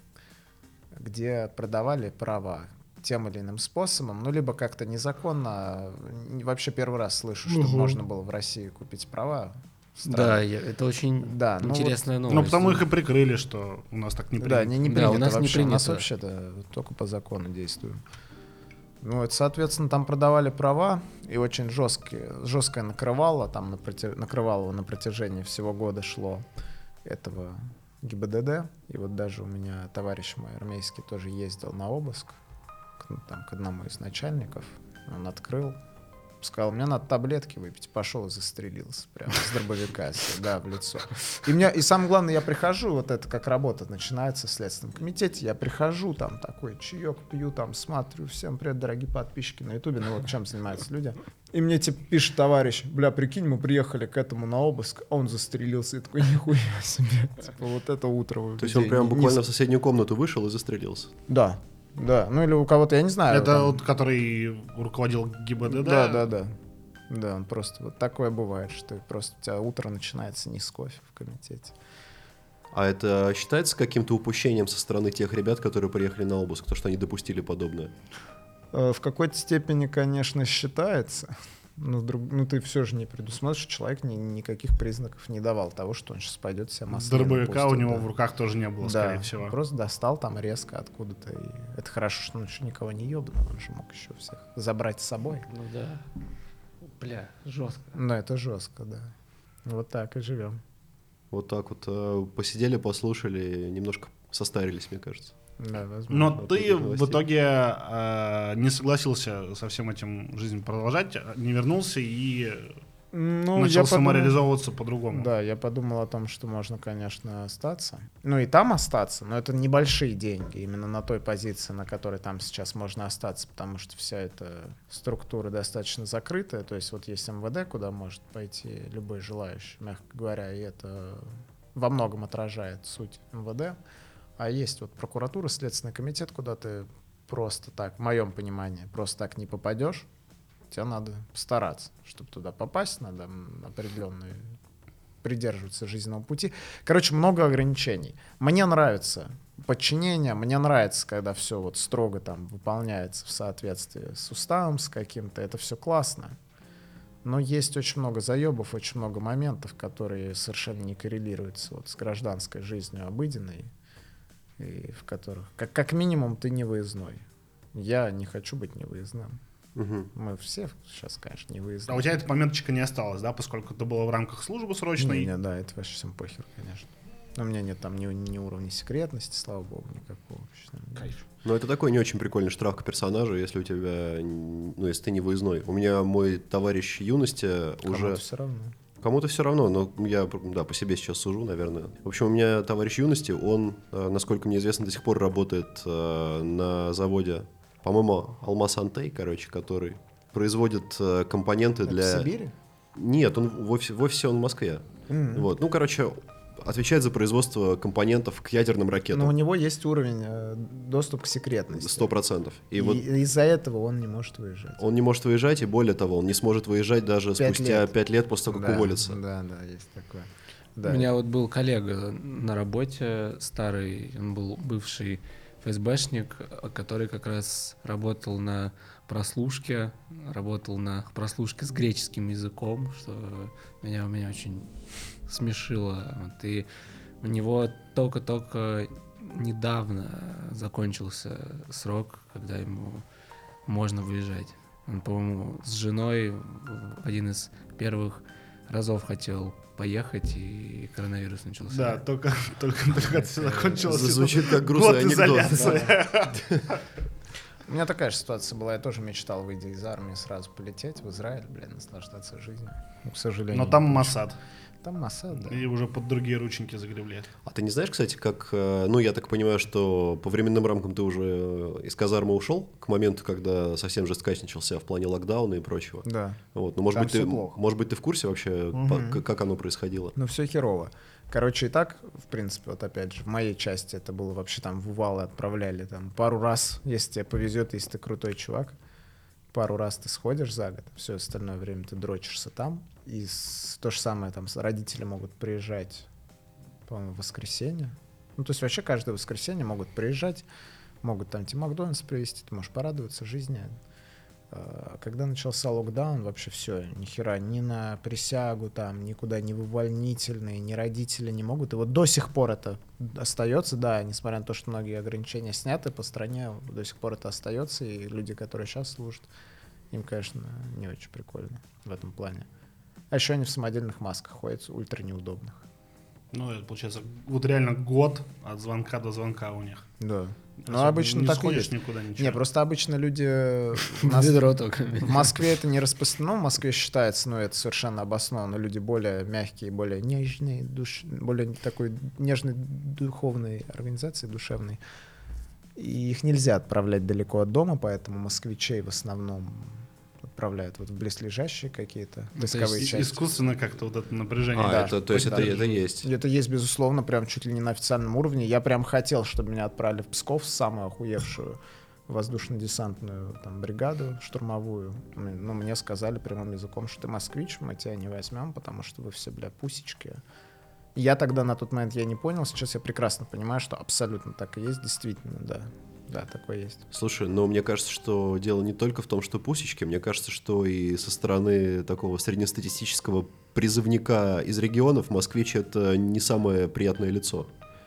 где продавали права тем или иным способом, ну, либо как-то незаконно. Вообще первый раз слышу, что можно было в России купить права. Странно. Да, это очень Да, ну интересная новость. Ну, потому их и прикрыли, что у нас так не принято. Да, не Да, принято у нас не вообще. У нас принято. вообще только по закону действуем. Ну, вот, соответственно, там продавали права, и очень жесткое накрывало, там накрывало на протяжении всего года шло этого ГИБДД. И вот даже у меня товарищ мой армейский тоже ездил на обыск к одному из начальников. Он открыл, сказал, мне надо таблетки выпить. Пошел и застрелился прямо с дробовика, да, в лицо. И самое главное, я прихожу, вот это как работа начинается в Следственном комитете, я прихожу, там такой чаек пью, там смотрю, всем привет, дорогие подписчики на ютубе, ну вот чем занимаются люди. И мне типа пишет товарищ, бля, прикинь, мы приехали к этому на обыск, а он застрелился, и такой, нихуя себе. Типа вот это утро. То есть он прям буквально в соседнюю комнату вышел и застрелился? Да, ну или у кого-то, я не знаю. Это там... вот, который руководил ГИБДД? Да. Да, он просто вот такое бывает, что просто у тебя утро начинается не с кофе в комитете. А это считается каким-то упущением со стороны тех ребят, которые приехали на обыск, то, что они допустили подобное? В какой-то степени, конечно, считается. Но ты все же не предусмотришь, что человек никаких признаков не давал того, что он сейчас пойдет себя масло. Дробовика у него в руках тоже не было, да, скорее всего. Просто достал там резко откуда-то. И это хорошо, что он еще никого не ебнул, он же мог еще всех забрать с собой. Ну да. Бля, жестко. Но это жестко, да. Вот так и живем. Вот так вот посидели, послушали, немножко состарились, мне кажется. Да, возможно. Но Вот ты таких в новостей. итоге не согласился со всем этим жизнь продолжать, не вернулся и Ну, начал я подумал- самореализовываться по-другому. Да, я подумал о том, что можно, конечно, остаться. Ну и там остаться, но это небольшие деньги, именно на той позиции, на которой там сейчас можно остаться, потому что вся эта структура достаточно закрытая. То есть вот есть МВД, куда может пойти любой желающий, мягко говоря, и это во многом отражает суть МВД. А есть вот прокуратура, Следственный комитет, куда ты просто так, в моем понимании, просто так не попадешь. Тебе надо стараться, чтобы туда попасть, надо определенные придерживаться жизненного пути. Короче, много ограничений. Мне нравится подчинение, мне нравится, когда все вот строго там выполняется в соответствии с уставом, с каким-то, это все классно. Но есть очень много заебов, очень много моментов, которые совершенно не коррелируются вот с гражданской жизнью обыденной, и в которых, как минимум, ты не выездной. Я не хочу быть невыездным. Мгм. Мы все сейчас, конечно, не выездные. А у тебя этой моменточка не осталось, да, поскольку это было в рамках службы срочной? Не, да, это вообще всем похер, конечно. Но у меня нет там ни уровня секретности, слава богу, никакого. Кайф. Ну, это такой не очень прикольный штраф к персонажу, если у тебя, ну, если ты не выездной. У меня мой товарищ юности уже... все равно. Кому-то все равно, но я, да, по себе сейчас сужу, наверное. В общем, у меня товарищ юности, он, насколько мне известно, до сих пор работает на заводе, по-моему, Алмаз Антей, короче, который производит компоненты Это для... в Сибири? Нет, он в офисе он в Москве. Мгм. Вот. Ну, короче, отвечает за производство компонентов к ядерным Но у ракетам. него есть уровень доступ к секретности. 100%. И И вот из-за этого он не может выезжать. он не может выезжать, и более того, он не сможет выезжать даже 5 спустя лет. 5 лет после того, как Да, уволится. Да, есть такое. У Да. меня вот был коллега на работе старый, он был бывший ФСБшник, который как раз работал на прослушке с греческим языком, что меня очень смешило. Вот, и у него только недавно закончился срок, когда ему можно выезжать. Он, по-моему, с женой в один из первых разов хотел поехать, и коронавирус начался. Да, только это все закончилось. Звучит как Год грустный анекдот. изоляции. У меня такая же ситуация была. Я тоже мечтал, выйдя из армии, сразу полететь в Израиль, наслаждаться жизнью. Но, к сожалению, Но там не Моссад. получилось. Там Моссад, да. И уже под другие рученьки загребли. А ты не знаешь, кстати, как... Ну, я так понимаю, что по временным рамкам ты уже из казармы ушел к моменту, когда совсем жесткачничался в плане локдауна и прочего. Да. Вот. Ну, может Там быть, ты, всё плохо. может быть, ты в курсе вообще, Мгм. как оно происходило? Ну, все херово. Короче, и так, в принципе, вот опять же, в моей части это было вообще там в Увалы отправляли там пару раз, если тебе повезет, если ты крутой чувак, пару раз ты сходишь за год, все остальное время ты дрочишься там. И то же самое там родители могут приезжать, по-моему, в воскресенье. Ну, то есть вообще каждое воскресенье могут приезжать, могут там тебе Макдональдс привезти, ты можешь порадоваться жизни. Когда начался локдаун, вообще все, ни хера, ни на присягу там, никуда ни в увольнительные, ни родители не могут. И вот до сих пор это остается, да, несмотря на то, что многие ограничения сняты по стране, до сих пор это остается, и люди, которые сейчас служат, им, конечно, не очень прикольно в этом плане. А еще они в самодельных масках ходят, ультра неудобных. Ну, это получается вот реально год от звонка до звонка у них. Да. Ну, Особо обычно не так и сходишь есть. никуда, ничего. Не, просто обычно люди... Ведро только. В Москве это не распространено, в Москве считается, но это совершенно обоснованно. Люди более мягкие, более нежные, более такой нежной духовной организации, душевной. И их нельзя отправлять далеко от дома, поэтому москвичей в основном отправляют вот в близлежащие какие-то войсковые части. Искусственно как-то вот это напряжение. Да. То есть это есть. Это есть, безусловно, прям чуть ли не на официальном уровне. Я прям хотел, чтобы меня отправили в Псков, самую охуевшую воздушно-десантную там бригаду штурмовую. Ну, мне сказали прямым языком, что ты москвич, мы тебя не возьмем, потому что вы все, бля, пусечки. Я тогда на тот момент я не понял, сейчас я прекрасно понимаю, что абсолютно так и есть, действительно, да. Да, такое есть. Слушай, но мне кажется, что дело не только в том, что пусечки. Мне кажется, что и со стороны такого среднестатистического призывника из регионов москвич — это не самое приятное лицо.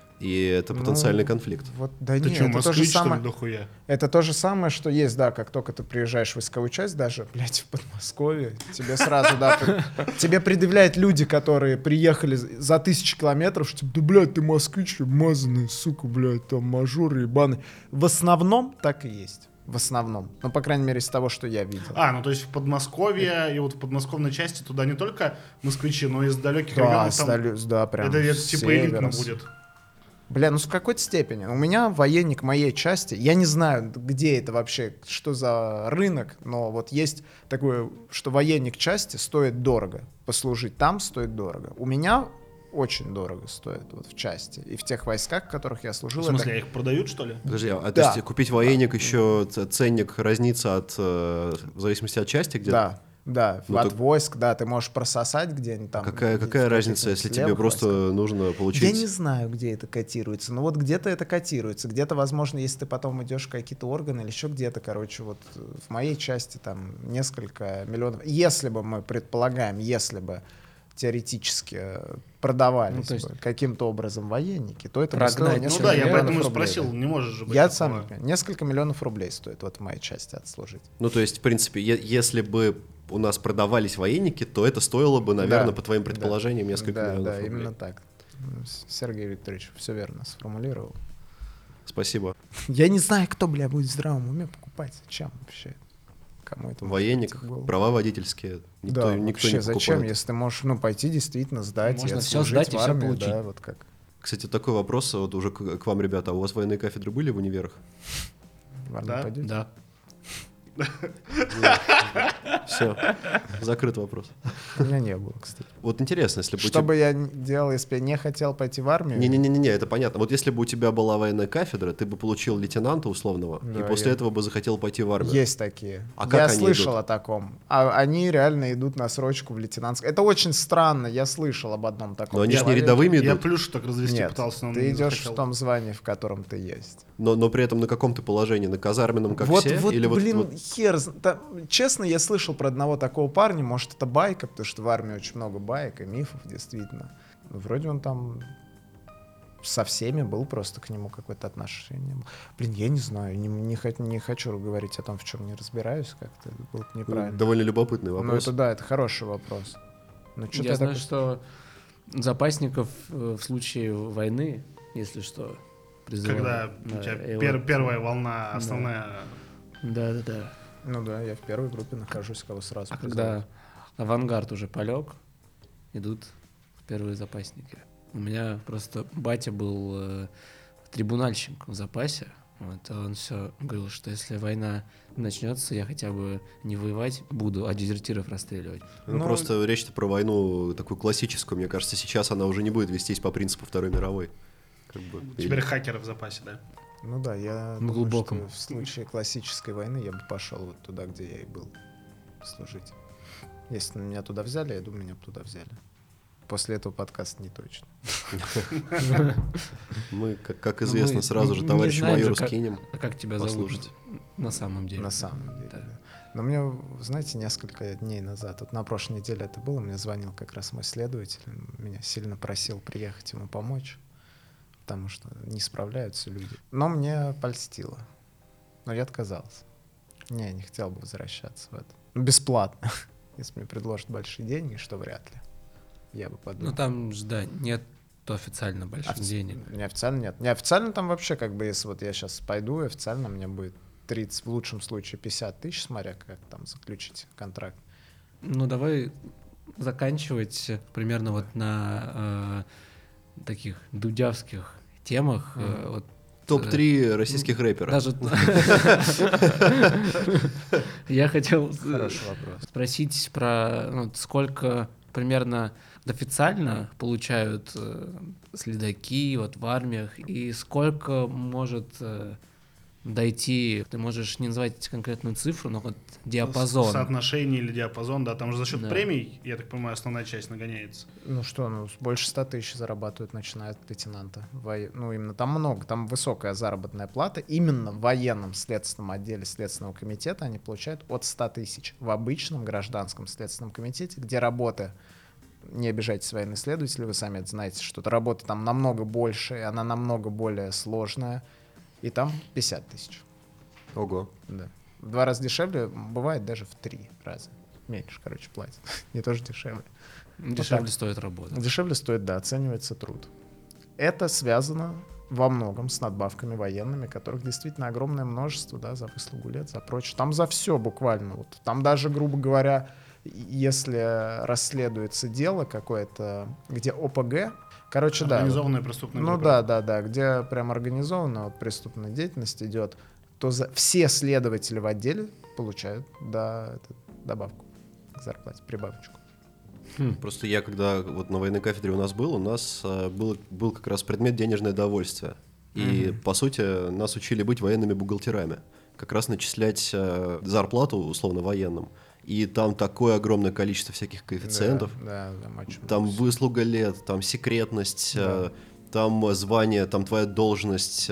И это потенциальный конфликт. Вот, да Ты нет, что, это то же москвич, что ли, самое. дохуя? Это то же самое, что есть, да, как только ты приезжаешь в войсковую часть, даже, блядь, в Подмосковье, тебе сразу, да, тебе предъявляют люди, которые приехали за 1000 километров, что, да, блядь, ты москвич, мазанный, сука, блядь, там, мажоры ебаный. В основном так и есть. В основном. Ну, по крайней мере, из того, что я видел. Ну то есть в Подмосковье и вот в подмосковной части туда не только москвичи, но и из далеких Да, регионов там... да, прям Это с типа элитно севера, будет. Бля, ну в какой-то степени. У меня военник моей части, я не знаю, где это вообще, что за рынок, но вот есть такое, что военник части стоит дорого. Послужить там стоит дорого. У меня очень дорого стоит вот в части. И в тех войсках, в которых я служил. В смысле, их продают, что ли? Подожди, то Да. есть купить военник еще ценник разнится в зависимости от части где-то? Да, Ну, от так- войск, да, ты можешь прососать где-нибудь там. Какая разница, если тебе просто нужно получить... Я не знаю, где это котируется, но вот где-то это котируется, где-то, возможно, если ты потом идешь в какие-то органы или еще где-то, короче, вот в моей части там несколько миллионов. Если бы мы предполагаем, если бы теоретически продавались Ну, то есть бы каким-то образом военники, то это бы прогнать. стоило Ну Ну несколько да, я миллионов поэтому и рублей, спросил, да. не можешь же быть Я такого. сам не понимаю. Несколько миллионов рублей стоит вот в моей части отслужить. Ну, то есть, в принципе, если бы у нас продавались военники, то это стоило бы, наверное, Да, по твоим предположениям, несколько да, миллионов да, рублей. именно так. Сергей Викторович все верно сформулировал. Спасибо. Я не знаю, кто, бля, будет в здравом уме покупать. Зачем вообще? Кому это может Военник, прийти в голову? права водительские. Никто, Да, никто вообще, не покупает. зачем, если ты можешь, пойти действительно сдать Можно и всё отслужить сдать и в всё армии, получить. да, вот как Кстати, такой вопрос вот уже к вам, ребята. А у вас военные кафедры были в универах? в армию Да? пойдете? Да. Все, закрыт вопрос. У меня не было, кстати. Вот интересно, если бы у Что тебя... бы я делал, если бы я не хотел пойти в армию? Не-не-не, это понятно. Вот если бы у тебя была военная кафедра, ты бы получил лейтенанта условного, и Да, после я- этого бы захотел пойти в армию. Есть такие. А как Я они слышал идут? о таком. Они реально идут на срочку в лейтенантское. Это очень странно. Я слышал об одном таком. Но они же не человеке. рядовыми Я идут, плюшу так развести Нет, пытался, но ты не идешь захотел. в том звании, в котором ты есть. но при этом на каком ты положении? На казарменном, как вот, все? вот, Или блин, вот... хер. Честно, я слышал про одного такого парня, может, это байка, потому что в армии очень много баек и мифов, действительно. Вроде он там со всеми был, просто к нему какое-то отношение. Блин, я не знаю, не хочу говорить о том, в чем не разбираюсь, как-то это было бы неправильно. Довольно любопытный Ну, вопрос. это да, это хороший вопрос. Ну, что-то Я знаю, такое- что запасников в случае войны, если что, призывают. Когда Да, у тебя и вот- первая волна, основная... Да. Ну да, я в первой группе нахожусь, кого сразу А призывают. когда авангард уже полег, идут первые запасники. У меня просто батя был трибунальщик в запасе. Вот, он все говорил, что если война начнется, я хотя бы не воевать буду, а дезертиров расстреливать. Ну, Ну, просто речь-то про войну такую классическую. Мне кажется, сейчас она уже не будет вестись по принципу Второй мировой. Как бы. Теперь хакеры в запасе, да? Ну да, я На думаю, глубоком. что в случае классической войны я бы пошел вот туда, где я и был служить. Если меня туда взяли, я думаю, меня бы туда взяли. После этого подкаста не точно. Мы, как Ну, известно, мы сразу же не товарищу знаем же, майору как- скинем. А как тебя Послушайте. зовут на самом деле? На самом деле, Да. да. Но мне, знаете, несколько дней назад, вот на прошлой неделе это было, мне звонил как раз мой следователь, меня сильно просил приехать ему помочь, потому что не справляются люди. Но мне польстило. Но я отказался. Не хотел бы возвращаться в это. Бесплатно. Если мне предложат большие деньги, что вряд ли. Я бы подумал. Ну там же, да, нет официально больших денег. Неофициально нет. Неофициально там вообще, как бы, если вот я сейчас пойду, официально мне будет 30, в лучшем случае 50 тысяч, смотря как там заключить контракт. Ну давай заканчивать примерно вот на таких дудявских темах. Вот, Топ-3 российских рэперов. даже я хотел Хороший вопрос. спросить про сколько примерно официально получают следаки вот в армиях и сколько может дойти, ты можешь не называть конкретную цифру, но вот диапазон. Соотношение или диапазон, да, там же за счет Да. премий, я так понимаю, основная часть нагоняется. Ну что, больше 100 тысяч зарабатывают, начиная от лейтенанта. Ну, именно там много, там высокая заработная плата. Именно в военном следственном отделе Следственного комитета они получают от 100 тысяч. В обычном гражданском следственном комитете, где работа, не обижайтесь, военные следователи, вы сами это знаете, что работа там намного больше, и она намного более сложная. И там 50 тысяч. Ого. Да. В 2 раза дешевле, бывает даже в 3 раза. Меньше, короче, платят. Не тоже дешевле. Дешевле так. стоит работа. Дешевле стоит, да, оценивается труд. Это связано во многом с надбавками военными, которых действительно огромное множество, да, за выслугу лет, за прочее. Там за все буквально. Вот. Там даже, грубо говоря, если расследуется дело какое-то, где ОПГ, короче, да. Организованная преступная Ну группа. да, где прям организованная вот преступная деятельность идет, то все следователи в отделе получают добавку к зарплате, прибавочку. Просто я, когда вот на военной кафедре у нас был как раз предмет денежное довольствие. И, по сути, нас учили быть военными бухгалтерами. Как раз начислять зарплату, условно, военным. И там такое огромное количество всяких коэффициентов. Да, очень Там много. выслуга лет, там секретность, Да. там звание, там твоя должность.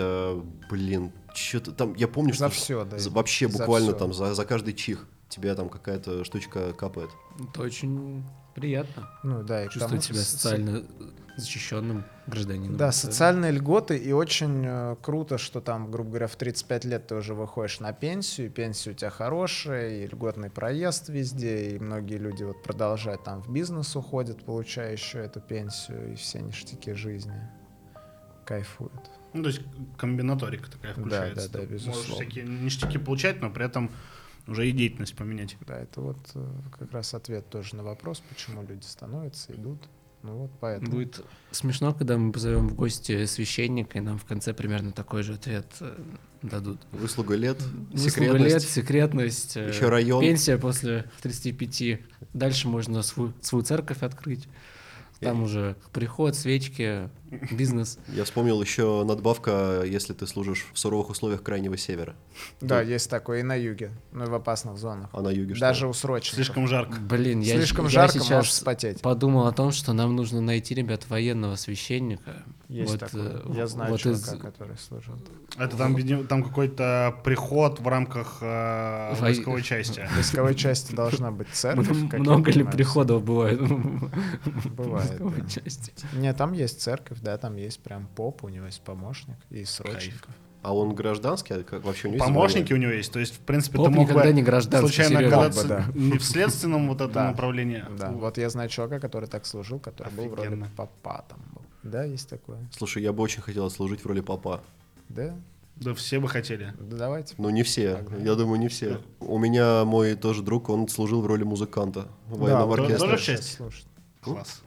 Что-то там, я помню, За что все, да. вообще за буквально всё. там за каждый чих тебе там какая-то штучка капает. Это очень приятно. Ну да, и к тому Чувствовать себя социально защищенным гражданином. Да, Это- социальные льготы, и очень круто, что там, грубо говоря, в 35 лет ты уже выходишь на пенсию, и пенсия у тебя хорошая, и льготный проезд везде, и многие люди вот продолжают там в бизнес уходят, получая еще эту пенсию, и все ништяки жизни. Кайфуют. Ну, то есть комбинаторика такая Да, включается. да, Ты безусловно. можешь всякие ништяки получать, но при этом уже и деятельность поменять. Да, это вот как раз ответ тоже на вопрос, почему люди становятся, идут. Ну вот поэтому. Будет смешно, когда мы позовем в гости священника, и нам в конце примерно такой же ответ дадут. Выслуга лет, Выслуга лет, секретность. секретность, Еще район. пенсия после 35. Дальше можно свою церковь открыть. Там уже приход, свечки, бизнес. Я вспомнил еще надбавка, если ты служишь в суровых условиях Крайнего Севера. Да, есть такое и на юге, ну и в опасных зонах. А на юге что? Даже у срочников. Слишком жарко. Блин, Слишком я жарко, сейчас можешь вспотеть. подумал о том, что нам нужно найти, ребят, военного священника. Есть Вот, такое. Я знаю вот чувака, из- который служил. Это там, видимо, там какой-то приход в рамках войсковой части. В войсковой части должна быть церковь. как я Много ли понимаю. приходов бывает Бывает, в войсковой да. части? Нет, там есть церковь, да, там есть прям поп, у него есть помощник и срочников. А он гражданский? А как вообще у него есть Помощники у него есть, то есть, в принципе, Поп ты мог никогда бы не гражданский, случайно Серёга. оказаться Да. не в следственном вот этом Да. направлении. Да, вот я знаю чувака, который так служил, который был вроде Офигенно. попа там был. Да, есть такое. звание? Слушай, я бы очень хотел служить в роли попа. Да? Да все бы хотели. Да давайте. Ну, не все. Погнали. Я думаю, не все. У меня мой тоже друг, он служил в роли музыканта в военном вот тоже оркестре. в сейчас части? слушать. Класс.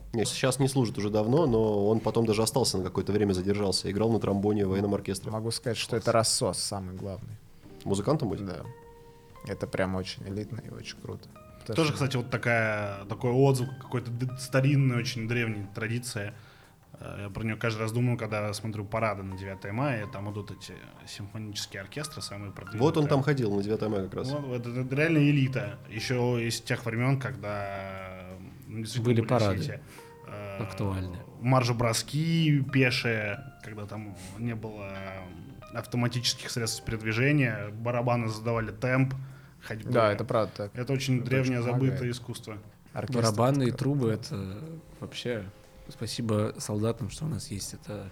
Нет, сейчас не служит уже давно, но он потом даже остался на какое-то время, задержался. Играл на тромбоне в военном оркестре. Могу сказать, что это рассос самый главный. Музыкантом будет? Да. Это прям очень элитно и очень круто. Потому Тоже, что- кстати, вот такой отзыв какой-то старинной, очень древней традиции. Я про нее каждый раз думаю, когда смотрю парады на 9 мая, там идут эти симфонические оркестры, самые продвинутые. Вот он там ходил на 9 мая как раз. Вот, это реально элита. Еще из тех времен, когда действительно Были парады все эти, актуальные. марш-броски пешие, когда там не было автоматических средств передвижения, барабаны задавали темп ходьбы. Да, это правда так. Это очень Это древнее, очень забытое помогает. искусство. Оркестр Барабаны и это трубы — круто. это вообще спасибо солдатам, что у нас есть эта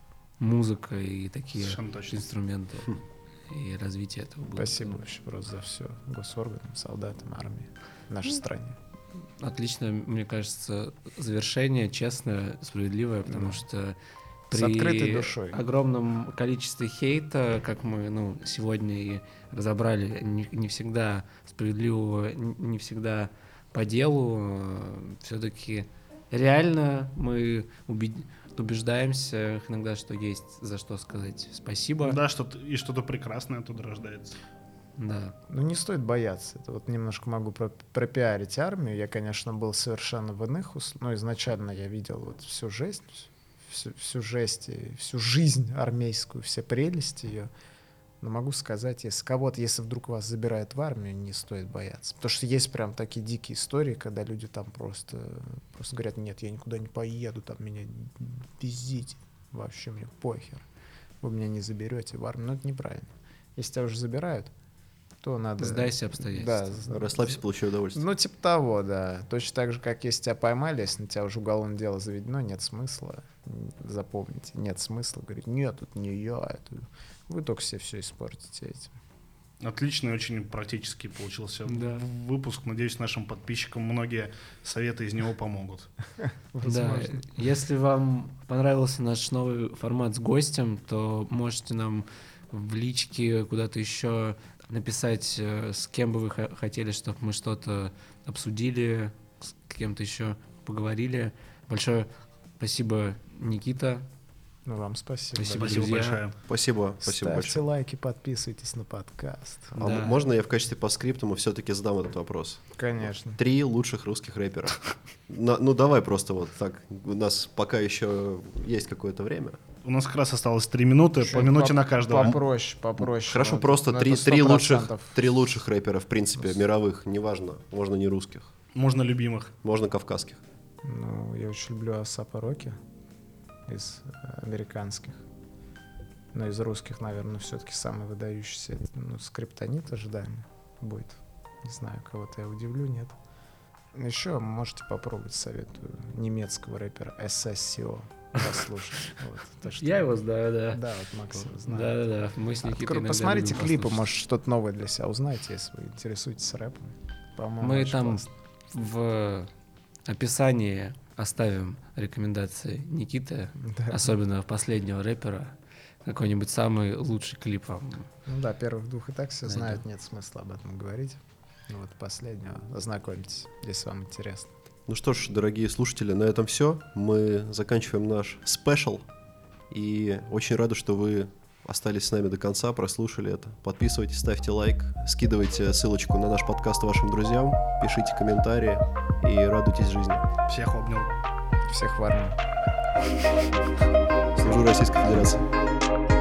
музыка и такие Совершенно точно. инструменты. И развитие этого было. Спасибо вообще просто за все. Госорганам, солдатам, армии, нашей стране. Отлично, мне кажется, завершение честное, справедливое, потому что С открытой душой. огромном количестве хейта, как мы сегодня и разобрали, не всегда справедливого, не всегда по делу, все-таки реально мы убеждаемся иногда, что есть за что сказать спасибо. Да, что-то прекрасное оттуда рождается. Да. Ну, не стоит бояться. Это вот немножко могу пропиарить армию. Я, конечно, был совершенно в иных условиях. Ну, изначально я видел вот всю жесть, всю жесть и всю жизнь армейскую, все прелести ее. Но могу сказать, если вдруг вас забирают в армию, не стоит бояться. Потому что есть прям такие дикие истории, когда люди там просто говорят: нет, я никуда не поеду, там меня везите. Вообще мне похер. Вы меня не заберете в армию. Но это неправильно. Если тебя уже забирают, то надо... Сдайся обстоятельствам. Да, Расслабься, получай удовольствие. ну, типа того, да. Точно так же, как если тебя поймали, если на тебя уже уголовное дело заведено, нет смысла. Запомните, нет смысла. Говорить: нет, тут не я. Это... Вы только себе все испортите этим. Отличный, очень практически получился Да. выпуск. Надеюсь, нашим подписчикам многие советы из него помогут. Да, Возможно. если вам понравился наш новый формат с гостем, то можете нам в личке куда-то еще написать, с кем бы вы хотели, чтобы мы что-то обсудили, с кем-то еще поговорили. Большое спасибо, Никита. Ну, вам спасибо. Спасибо, Спасибо друзья. большое. Спасибо Ставьте большое. лайки, подписывайтесь на подкаст. А Да. можно я в качестве постскриптума все-таки задам этот вопрос? Конечно. 3 лучших русских рэпера. Ну давай просто вот так. У нас пока еще есть какое-то время. У нас как раз осталось 3 минуты, по минуте на каждого. Попроще. Хорошо, Ну, просто ну, три это лучших 100%. 3 лучших рэпера, в принципе, мировых, неважно. Можно не русских, Можно любимых. можно кавказских. Ну, я очень люблю Асапа Роки из американских. Но из русских, наверное, все-таки самый выдающийся. Ну, Скриптонит ожидаемо будет. Не знаю, кого-то я удивлю, нет. Еще можете попробовать, советую, немецкого рэпера SSCO послушать. Вот, то, что- Я его знаю, да. Да, вот Максим знает. Да. Мы с Никитой иногда Посмотрите любим клипы, послушать. может, что-то новое для себя узнаете, если вы интересуетесь рэпом. По-моему, Мы очень там классно. в описании оставим рекомендации Никиты, Да. особенно последнего рэпера. Какой-нибудь самый лучший клип вам. Ну да, первых двух и так все Найду. знают, нет смысла об этом говорить. Ну вот последнего ознакомьтесь, если вам интересно. Ну что ж, дорогие слушатели, на этом все. Мы заканчиваем наш спешл. И очень рады, что вы остались с нами до конца, прослушали это. Подписывайтесь, ставьте лайк, скидывайте ссылочку на наш подкаст вашим друзьям, пишите комментарии и радуйтесь жизни. Всех обнял. Всех в армию. Служу Российской Федерации.